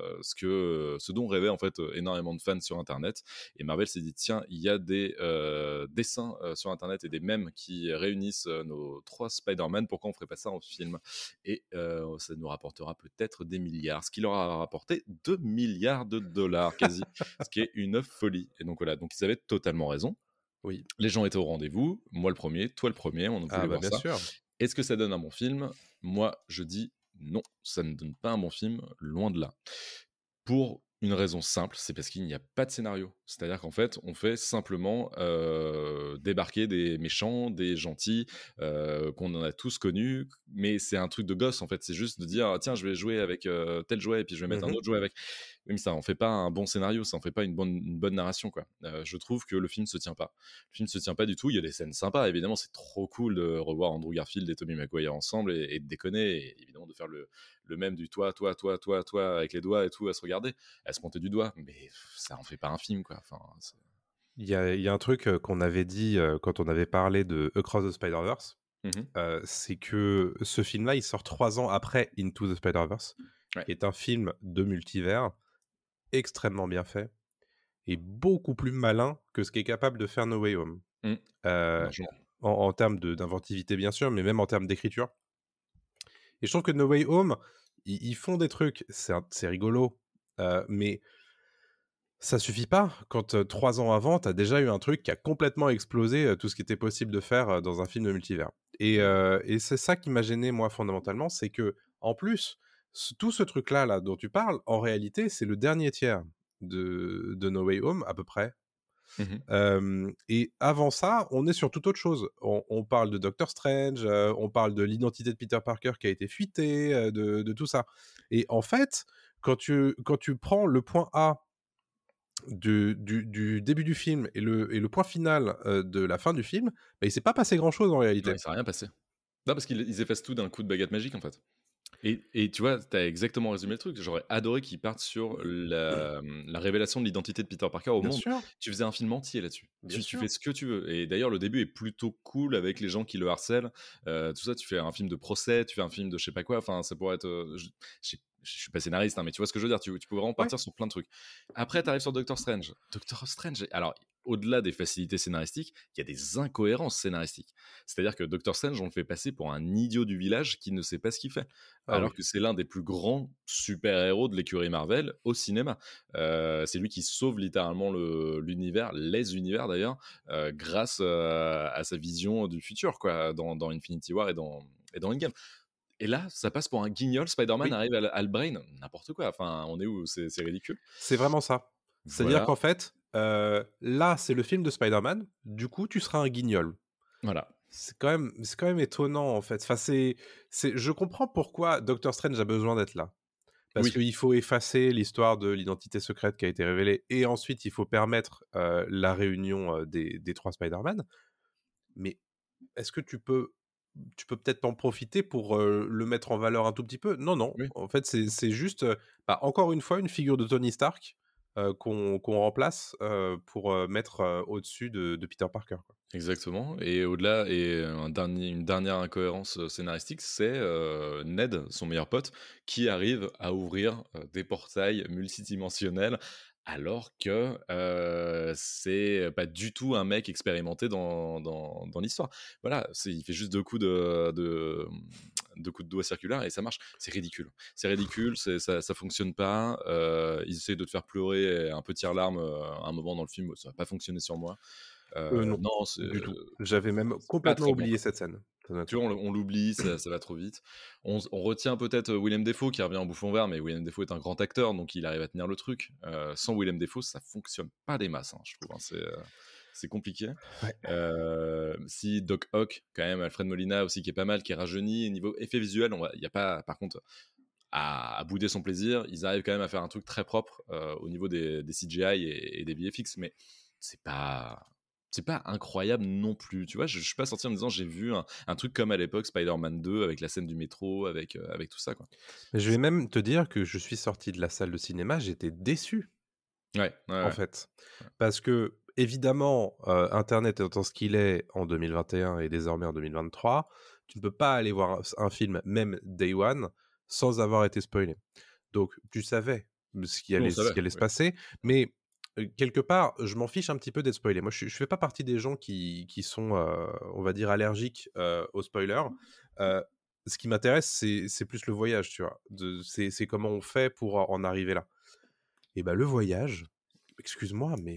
ce dont rêvaient en fait énormément de fans sur internet, et Marvel s'est dit tiens, il y a des dessins sur internet et des mèmes qui réunissent nos 3 Spider-Man, pourquoi on ferait pas ça en film? Et ça nous rapportera peut-être des milliards, ce qui leur a rapporté 2 milliards de dollars quasi, ce qui est une folie. Et donc voilà, donc ils avaient totalement raison. Oui. Les gens étaient au rendez-vous, moi le premier, toi le premier, on voulait voir bien ça. Sûr. Est-ce que ça donne un bon film? Moi je dis non, ça ne donne pas un bon film, loin de là. Pour une raison simple, c'est parce qu'il n'y a pas de scénario. C'est-à-dire qu'en fait, on fait simplement débarquer des méchants, des gentils, qu'on en a tous connus, mais c'est un truc de gosse en fait. C'est juste de dire tiens, je vais jouer avec tel jouet et puis je vais mettre un autre jouet avec. Oui, mais ça en fait pas un bon scénario, ça en fait pas une bonne narration, quoi. Je trouve que le film se tient pas. Le film se tient pas du tout. Il y a des scènes sympas, évidemment, c'est trop cool de revoir Andrew Garfield et Tobey Maguire ensemble et de déconner, et évidemment de faire le même du toi avec les doigts et tout, à se regarder, à se monter du doigt, mais ça en fait pas un film, quoi. Enfin, il y a un truc qu'on avait dit quand on avait parlé de Across the Spider-Verse, c'est que ce film-là, il sort 3 ans après Into the Spider-Verse, qui est un film de multivers extrêmement bien fait et beaucoup plus malin que ce qu'est capable de faire No Way Home. En termes d'inventivité, bien sûr, mais même en termes d'écriture. Et je trouve que No Way Home, ils font des trucs, c'est rigolo, mais ça suffit pas. Quand 3 ans avant, tu as déjà eu un truc qui a complètement explosé tout ce qui était possible de faire dans un film de multivers. Et c'est ça qui m'a gêné, moi, fondamentalement, c'est que, en plus, tout ce truc-là là, dont tu parles, en réalité, c'est le dernier tiers de No Way Home, à peu près. Et avant ça, on est sur toute autre chose. On parle de Doctor Strange, on parle de l'identité de Peter Parker qui a été fuitée, de tout ça. Et en fait, quand tu prends le point A du début du film et le point final de la fin du film, bah, il s'est pas passé grand-chose en réalité. Ouais, ça n'a rien passé. Non, parce qu'ils effacent tout d'un coup de baguette magique, en fait. Et tu vois, tu as exactement résumé le truc. J'aurais adoré qu'ils partent sur la révélation de l'identité de Peter Parker au Bien monde. sûr, Tu faisais un film entier là-dessus. bien Tu sûr. fais ce que tu veux. Et d'ailleurs, le début est plutôt cool avec les gens qui le harcèlent. Tout ça, tu fais un film de procès, tu fais un film de je sais pas quoi. Enfin, ça pourrait être. Je suis pas scénariste, hein, mais tu vois ce que je veux dire. Tu peux vraiment Ouais. partir sur plein de trucs. Après, tu arrives sur Doctor Strange. Doctor Strange, alors, au-delà des facilités scénaristiques, il y a des incohérences scénaristiques. C'est-à-dire que Doctor Strange, on le fait passer pour un idiot du village qui ne sait pas ce qu'il fait. Ah Alors oui. que c'est l'un des plus grands super-héros de l'écurie Marvel au cinéma. C'est lui qui sauve littéralement l'univers, les univers d'ailleurs, grâce à sa vision du futur, quoi, dans Infinity War et dans Endgame. Et là, ça passe pour un guignol. Spider-Man Oui. arrive à le brain, n'importe quoi. Enfin, on est où? C'est ridicule. C'est vraiment ça. C'est-à-dire Voilà, qu'en fait, là, c'est le film de Spider-Man. Du coup, tu seras un guignol. voilà. C'est quand même étonnant, en fait. Enfin, je comprends pourquoi Doctor Strange a besoin d'être là. Parce Oui, qu'il faut effacer l'histoire de l'identité secrète qui a été révélée, et ensuite, il faut permettre la réunion des 3 Spider-Man. Mais est-ce que tu peux peut-être en profiter pour le mettre en valeur un tout petit peu? Non, non. oui. En fait, c'est juste, encore une fois, une figure de Tony Stark qu'on remplace pour mettre au-dessus de Peter Parker, quoi. Exactement. Et au-delà, et une dernière incohérence scénaristique, c'est Ned, son meilleur pote, qui arrive à ouvrir des portails multidimensionnels, alors que c'est pas du tout un mec expérimenté dans l'histoire. Voilà, il fait juste 2 coups de coups de doigt circulaires et ça marche. C'est ridicule. C'est ridicule, ça fonctionne pas. Ils essaient de te faire pleurer un peu tire-larme à un moment dans le film, ça va pas fonctionner sur moi. Non, Non, c'est du tout. J'avais même pas complètement très bon, oublié quoi. cette scène, très Tu vois, honnêtement. on l'oublie, ça va trop vite. On retient peut-être Willem Dafoe qui revient en bouffon vert, mais Willem Dafoe est un grand acteur, donc il arrive à tenir le truc. Sans Willem Dafoe, ça fonctionne pas des masses, hein, je trouve, hein, c'est compliqué. Ouais. Si Doc Ock, quand même, Alfred Molina aussi qui est pas mal, qui est rajeuni, niveau effet visuel, il n'y a pas, par contre, à bouder son plaisir. Ils arrivent quand même à faire un truc très propre au niveau des CGI et des VFX, mais c'est pas incroyable non plus. Tu vois, je suis pas sorti en me disant j'ai vu un truc comme à l'époque Spider-Man 2 avec la scène du métro, avec tout ça, quoi. Mais je vais même te dire que je suis sorti de la salle de cinéma, j'étais déçu, Ouais, ouais, en ouais. fait. Parce que, évidemment, Internet étant ce qu'il est en 2021 et désormais en 2023, tu ne peux pas aller voir un film, même Day One, sans avoir été spoilé. Donc, tu savais ce qui On allait, le savait, se oui. passer, mais quelque part, je m'en fiche un petit peu d'être spoilé. Moi, je fais pas partie des gens qui sont, on va dire, allergiques aux spoilers. Ce qui m'intéresse, c'est plus le voyage, tu vois. C'est comment on fait pour en arriver là. Et bah, le voyage, excuse-moi, mais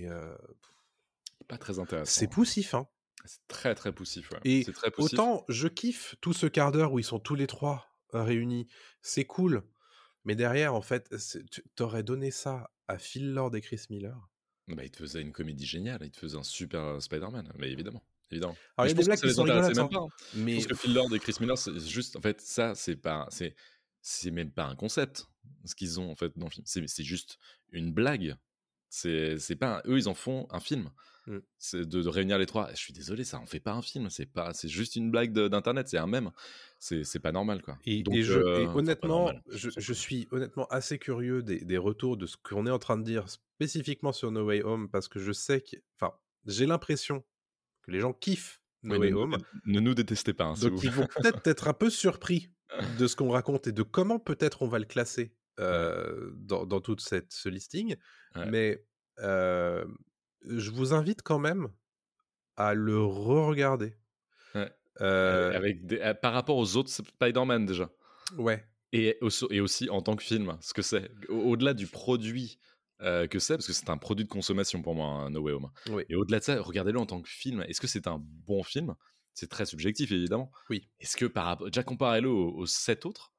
Pas très intéressant. c'est poussif, hein. C'est très très poussif, ouais. Et C'est très poussif. autant je kiffe tout ce quart d'heure où ils sont tous les 3 réunis, c'est cool. Mais derrière, en fait, t'aurais donné ça à Phil Lord et Chris Miller. Bah, il te faisait une comédie géniale, il te faisait un super Spider-Man, mais évidemment. Alors, Mais il y je a des pense que blagues ça qui les sont intéressait rigolotes, même hein. pas, hein. Je Mais pense que Phil Lord et Chris Miller, c'est juste, en fait, ça, c'est même pas un concept, ce qu'ils ont, en fait, dans le film. C'est juste une blague. C'est pas, eux, ils en font un film. C'est de réunir les 3. Je suis désolé, ça en fait pas un film. C'est juste une blague d'internet, c'est un mème. C'est pas normal, quoi. Donc, et enfin, pas honnêtement, normal. je suis honnêtement assez curieux des retours de ce qu'on est en train de dire spécifiquement sur No Way Home, parce que je sais j'ai l'impression que les gens kiffent No Oui, Way Home. ne nous détestez pas, hein, s'il vous Donc plaît. ils vont peut-être être un peu surpris de ce qu'on raconte et de comment peut-être on va le classer dans tout ce listing. Ouais. Mais je vous invite quand même à le re-regarder. Ouais. Par rapport aux autres Spider-Man, déjà. Ouais. Et aussi en tant que film, ce que c'est. Au-delà du produit que c'est, parce que c'est un produit de consommation pour moi, hein, No Way Home. Oui. Et au-delà de ça, regardez-le en tant que film. Est-ce que c'est un bon film? C'est très subjectif, évidemment. Oui. Est-ce que déjà comparez-le aux 7 autres,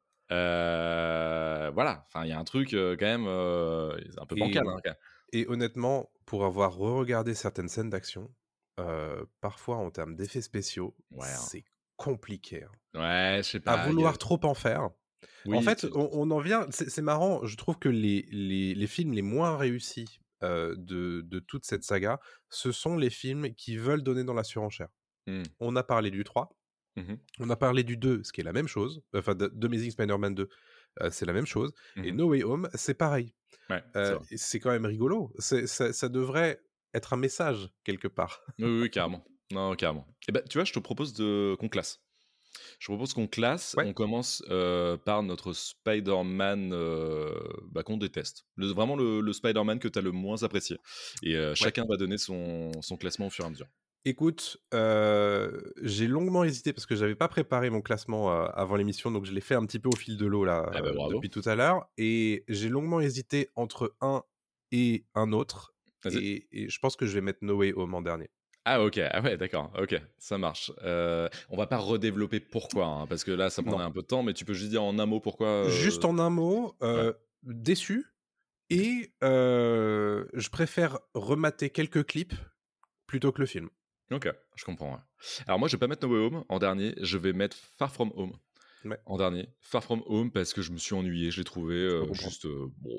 voilà, enfin il y a un truc quand même un peu bancal, hein, quand même. Et honnêtement, pour avoir re-regardé certaines scènes d'action, parfois en termes d'effets spéciaux, c'est compliqué, hein. Ouais, je sais pas. À vouloir trop en faire. Oui, en fait, on en vient. C'est marrant. Je trouve que les films les moins réussis de toute cette saga, ce sont les films qui veulent donner dans la surenchère. On a parlé du 3. On a parlé du 2, ce qui est la même chose. Enfin, d'Amazing Spider-Man 2, c'est la même chose. Et Mmh. No Way Home, c'est pareil. Ouais, c'est vrai. Et c'est quand même rigolo. Ça devrait être un message, quelque part. Oui, oui, carrément. Non, carrément. Et ben, tu vois, je te propose qu'on classe. Je propose qu'on classe. Ouais. On commence par notre Spider-Man qu'on déteste. Vraiment le Spider-Man que tu as le moins apprécié. Et chacun va donner son classement au fur et à mesure. Écoute, j'ai longuement hésité parce que j'avais pas préparé mon classement avant l'émission, donc je l'ai fait un petit peu au fil de l'eau là Ah bah bravo. depuis tout à l'heure. Et j'ai longuement hésité entre un et un autre. Vas-y. Et je pense que je vais mettre No Way Home en dernier. Ah ok, ah ouais, d'accord, ok, ça marche. On va pas redévelopper pourquoi, hein, parce que là, ça prendrait Non. un peu de temps, mais tu peux juste dire en un mot pourquoi. Juste en un mot, Ouais. déçu. Et je préfère remater quelques clips plutôt que le film. Ok, je comprends. Ouais. Alors moi, je vais pas mettre No Way Home en dernier, je vais mettre Far From Home Ouais, en dernier. Far From Home parce que je me suis ennuyé, je l'ai trouvé je peux comprendre. juste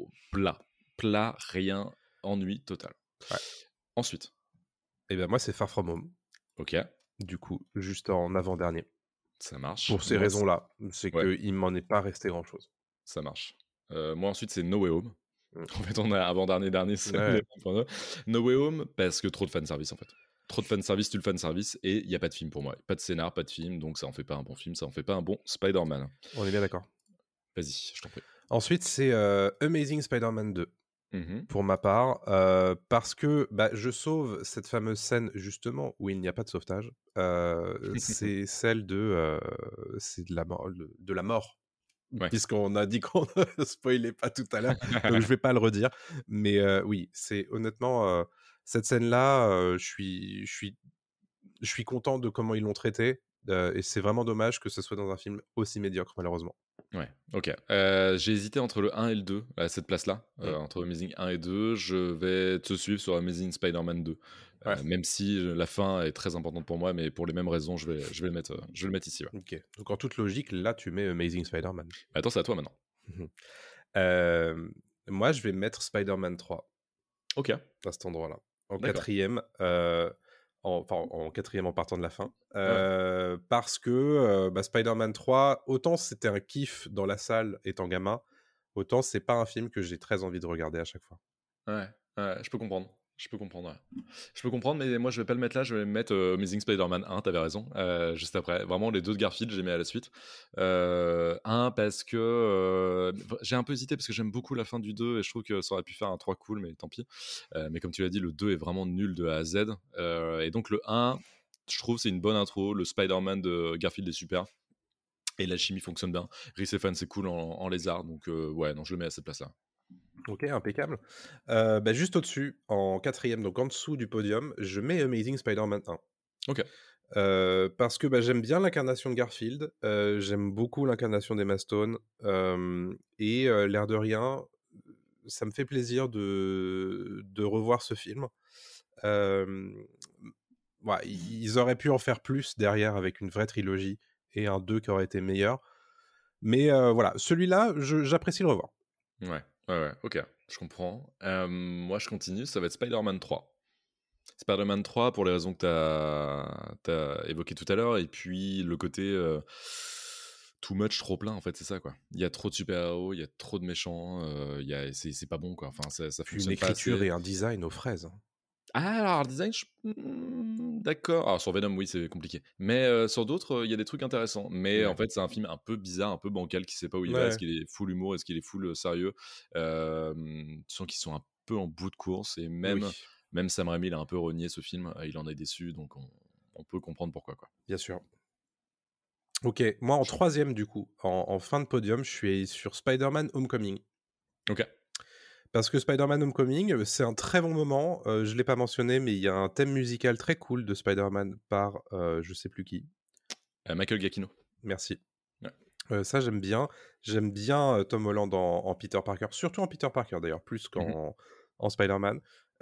plat, rien, ennui total. Ouais. Ensuite, Et ben moi, c'est Far From Home. ok, Du coup, juste en avant-dernier. ça marche. Pour ces Moi, raisons-là. C'est ouais, qu'il m'en est pas resté grand-chose. ça marche. Moi ensuite, c'est No Way Home. Mm. En fait, on a avant-dernier, c'est Ouais. No Way Home parce que trop de fanservice en fait. Trop de fanservice, tu le fanservice, et il n'y a pas de film pour moi. Pas de scénar, pas de film, donc ça en fait pas un bon film, ça en fait pas un bon Spider-Man. On est bien d'accord. Vas-y, je t'en prie. Ensuite, c'est Amazing Spider-Man 2. Mhm. Pour ma part, parce que je sauve cette fameuse scène justement où il n'y a pas de sauvetage. C'est celle c'est de la mort. Ouais. Puisqu'on a dit qu'on ne spoilait pas tout à l'heure, donc je vais pas le redire. Mais oui, c'est honnêtement cette scène-là, je suis content de comment ils l'ont traité, et c'est vraiment dommage que ce soit dans un film aussi médiocre malheureusement. Ouais, ok. J'ai hésité entre le 1 et le 2, à cette place-là, entre Amazing 1 et 2. Je vais te suivre sur Amazing Spider-Man 2. Ouais. Même si la fin est très importante pour moi, mais pour les mêmes raisons, je vais le mettre ici. Ouais. Ok. Donc en toute logique, là tu mets Amazing Spider-Man. Attends, c'est à toi maintenant. Moi, je vais mettre Spider-Man 3 Ok. à cet endroit-là. En D'accord. quatrième, en quatrième en partant de la fin. Parce que Spider-Man 3, autant c'était un kiff dans la salle étant gamin, autant c'est pas un film que j'ai très envie de regarder à chaque fois. Ouais, je peux comprendre. Ouais. Je peux comprendre, mais moi je vais pas le mettre là, je vais mettre Amazing Spider-Man 1, t'avais raison, juste après. Vraiment, les deux de Garfield, j'ai mis à la suite. 1 parce que j'ai un peu hésité parce que j'aime beaucoup la fin du 2 et je trouve que ça aurait pu faire un 3 cool, mais tant pis. Mais comme tu l'as dit, le 2 est vraiment nul de A à Z. Et donc le 1, je trouve c'est une bonne intro. Le Spider-Man de Garfield est super. Et la chimie fonctionne bien. Rhys Ifans c'est cool en lézard, donc ouais, non, je le mets à cette place-là. Ok, impeccable. Juste au-dessus, en quatrième, donc en dessous du podium, je mets Amazing Spider-Man 1. Ok. Parce que j'aime bien l'incarnation de Garfield, j'aime beaucoup l'incarnation d'Emma Stone, et l'air de rien, ça me fait plaisir de revoir ce film. Ils auraient pu en faire plus derrière avec une vraie trilogie et un 2 qui aurait été meilleur. Mais voilà, celui-là, j'apprécie le revoir. Ouais, ok, je comprends. Moi, je continue, ça va être Spider-Man 3. Spider-Man 3 pour les raisons que tu as évoquées tout à l'heure, et puis le côté too much, trop plein, en fait, c'est ça, quoi. Il y a trop de super-héros, il y a trop de méchants, c'est pas bon, quoi. Enfin, ça Puis une fonctionne pas écriture assez. et un design aux fraises. Ah, alors, le design, d'accord. Alors, sur Venom, oui, c'est compliqué. Mais sur d'autres, il y a des trucs intéressants. Mais en fait, c'est un film un peu bizarre, un peu bancal, qui sait pas où il va. Est-ce qu'il est full humour, est-ce qu'il est full sérieux? Tu sens qu'ils sont un peu en bout de course. Et même Sam Raimi, il a un peu renié ce film. Il en est déçu, donc on peut comprendre pourquoi, quoi. Bien sûr. Ok, moi en troisième du coup, en fin de podium, je suis sur Spider-Man Homecoming. Ok. Parce que Spider-Man Homecoming, c'est un très bon moment. Je ne l'ai pas mentionné, mais il y a un thème musical très cool de Spider-Man par je sais plus qui. Michael Giacchino. Merci. Ouais. Ça, j'aime bien. J'aime bien Tom Holland en Peter Parker, surtout en Peter Parker d'ailleurs, plus qu'en Spider-Man.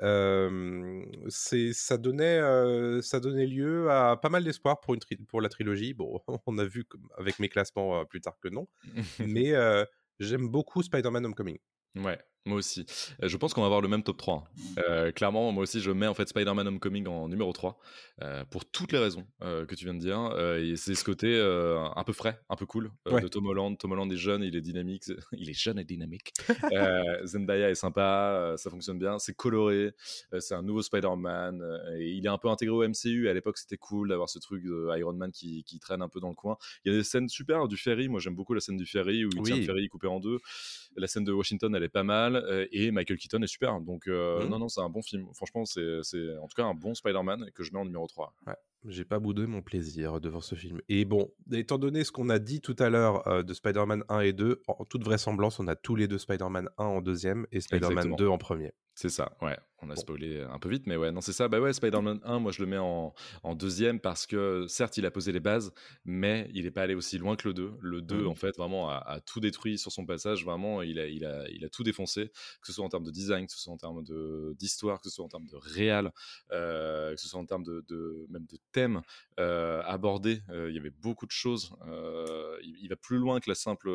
Ça donnait lieu à pas mal d'espoir pour la trilogie. Bon, on a vu avec mes classements plus tard que non. Mais j'aime beaucoup Spider-Man Homecoming. Ouais, Moi aussi. Je pense qu'on va avoir le même top 3. Clairement, moi aussi, je mets en fait Spider-Man Homecoming en numéro 3 pour toutes les raisons que tu viens de dire. Et c'est ce côté un peu frais, un peu cool de Tom Holland. Tom Holland est jeune, il est dynamique. Il est jeune et dynamique. Zendaya est sympa, ça fonctionne bien. C'est coloré, c'est un nouveau Spider-Man. Et il est un peu intégré au MCU. À l'époque, c'était cool d'avoir ce truc de Iron Man qui traîne un peu dans le coin. Il y a des scènes super du ferry. Moi, j'aime beaucoup la scène du ferry où il tient le ferry coupé en deux. La scène de Washington, elle est pas mal. Et Michael Keaton est super. Donc, non, c'est un bon film. Franchement, c'est en tout cas un bon Spider-Man que je mets en numéro 3. Ouais, j'ai pas boudé mon plaisir devant ce film. Et bon, étant donné ce qu'on a dit tout à l'heure de Spider-Man 1 et 2, en toute vraisemblance, on a tous les deux Spider-Man 1 en deuxième et Spider-Man 2 en premier. C'est ça, ouais. On a spoilé un peu vite, mais ouais, non, c'est ça. Bah ouais, Spider-Man 1, moi, je le mets en deuxième parce que, certes, il a posé les bases, mais il n'est pas allé aussi loin que le 2. Le 2, en fait, vraiment, a tout détruit sur son passage. Vraiment, il a tout défoncé, que ce soit en termes de design, que ce soit en termes d'histoire, que ce soit en termes de réal, que ce soit en termes même de thèmes abordés. Il y avait beaucoup de choses. Il va plus loin que la simple...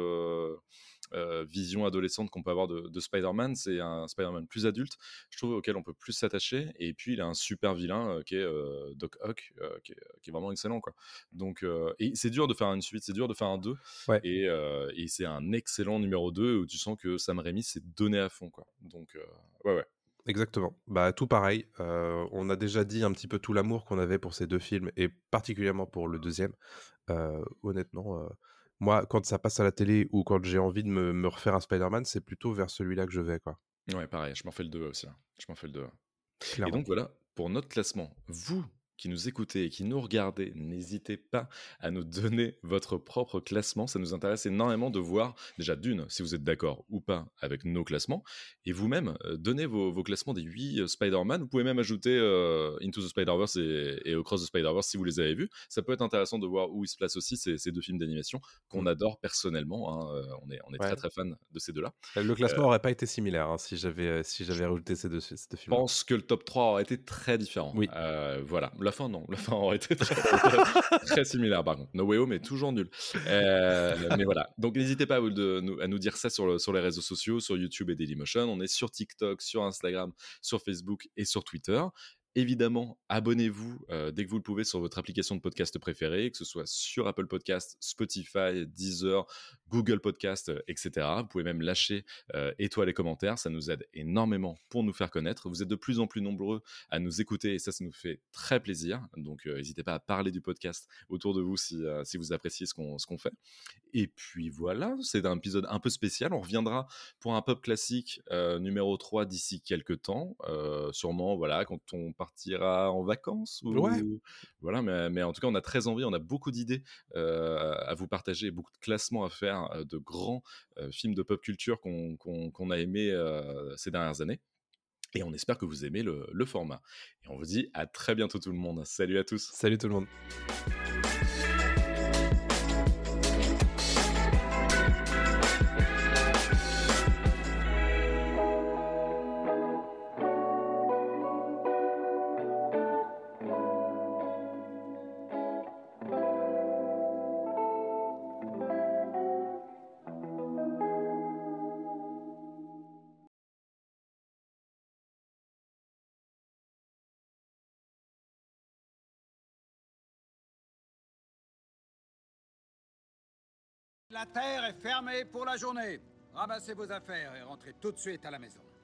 vision adolescente qu'on peut avoir de Spider-Man. C'est un Spider-Man plus adulte, je trouve, auquel on peut plus s'attacher. Et puis, il a un super vilain qui est Doc Ock, qui est vraiment excellent, quoi. Donc, et c'est dur de faire une suite, c'est dur de faire un 2. Ouais. Et c'est un excellent numéro 2 où tu sens que Sam Raimi s'est donné à fond, quoi. Donc, ouais. Exactement. Bah, tout pareil. On a déjà dit un petit peu tout l'amour qu'on avait pour ces deux films, et particulièrement pour le deuxième. Honnêtement... Moi, quand ça passe à la télé ou quand j'ai envie de me refaire un Spider-Man, c'est plutôt vers celui-là que je vais, quoi. Ouais, pareil, je m'en fais le 2 aussi. Hein. Je m'en fais le 2. Clairement. Et donc voilà, pour notre classement, vous qui nous écoutez et qui nous regardez, n'hésitez pas à nous donner votre propre classement. Ça nous intéresse énormément de voir, déjà d'une, si vous êtes d'accord ou pas avec nos classements. Et vous-même, donnez vos classements des 8 Spider-Man. Vous pouvez même ajouter Into the Spider-Verse et Across the Spider-Verse si vous les avez vus. Ça peut être intéressant de voir où ils se placent aussi, ces deux films d'animation qu'on adore personnellement. Hein. On est très très fan de ces deux-là. Le classement n'aurait pas été similaire hein, si j'avais rajouté ces deux films. Je pense que le top 3 aurait été très différent. Oui. Voilà. La fin, non. La fin aurait été très similaire, par contre. No Way Home est toujours nul. Mais voilà. Donc, n'hésitez pas à nous dire ça sur les réseaux sociaux, sur YouTube et Dailymotion. On est sur TikTok, sur Instagram, sur Facebook et sur Twitter. Évidemment, abonnez-vous dès que vous le pouvez sur votre application de podcast préférée, que ce soit sur Apple Podcast, Spotify, Deezer, Google Podcast, etc. Vous pouvez même lâcher étoiles et commentaires, ça nous aide énormément pour nous faire connaître. Vous êtes de plus en plus nombreux à nous écouter et ça nous fait très plaisir. Donc, n'hésitez pas à parler du podcast autour de vous si vous appréciez ce qu'on fait. Et puis voilà, c'est un épisode un peu spécial. On reviendra pour un pop classique numéro 3 d'ici quelques temps. Sûrement, voilà, quand on partira en vacances. Voilà, mais en tout cas, on a très envie, on a beaucoup d'idées à vous partager, beaucoup de classements à faire de grands films de pop culture qu'on a aimés ces dernières années. Et on espère que vous aimez le format. Et on vous dit à très bientôt tout le monde. Salut à tous. Salut tout le monde. La terre est fermée pour la journée. Ramassez vos affaires et rentrez tout de suite à la maison.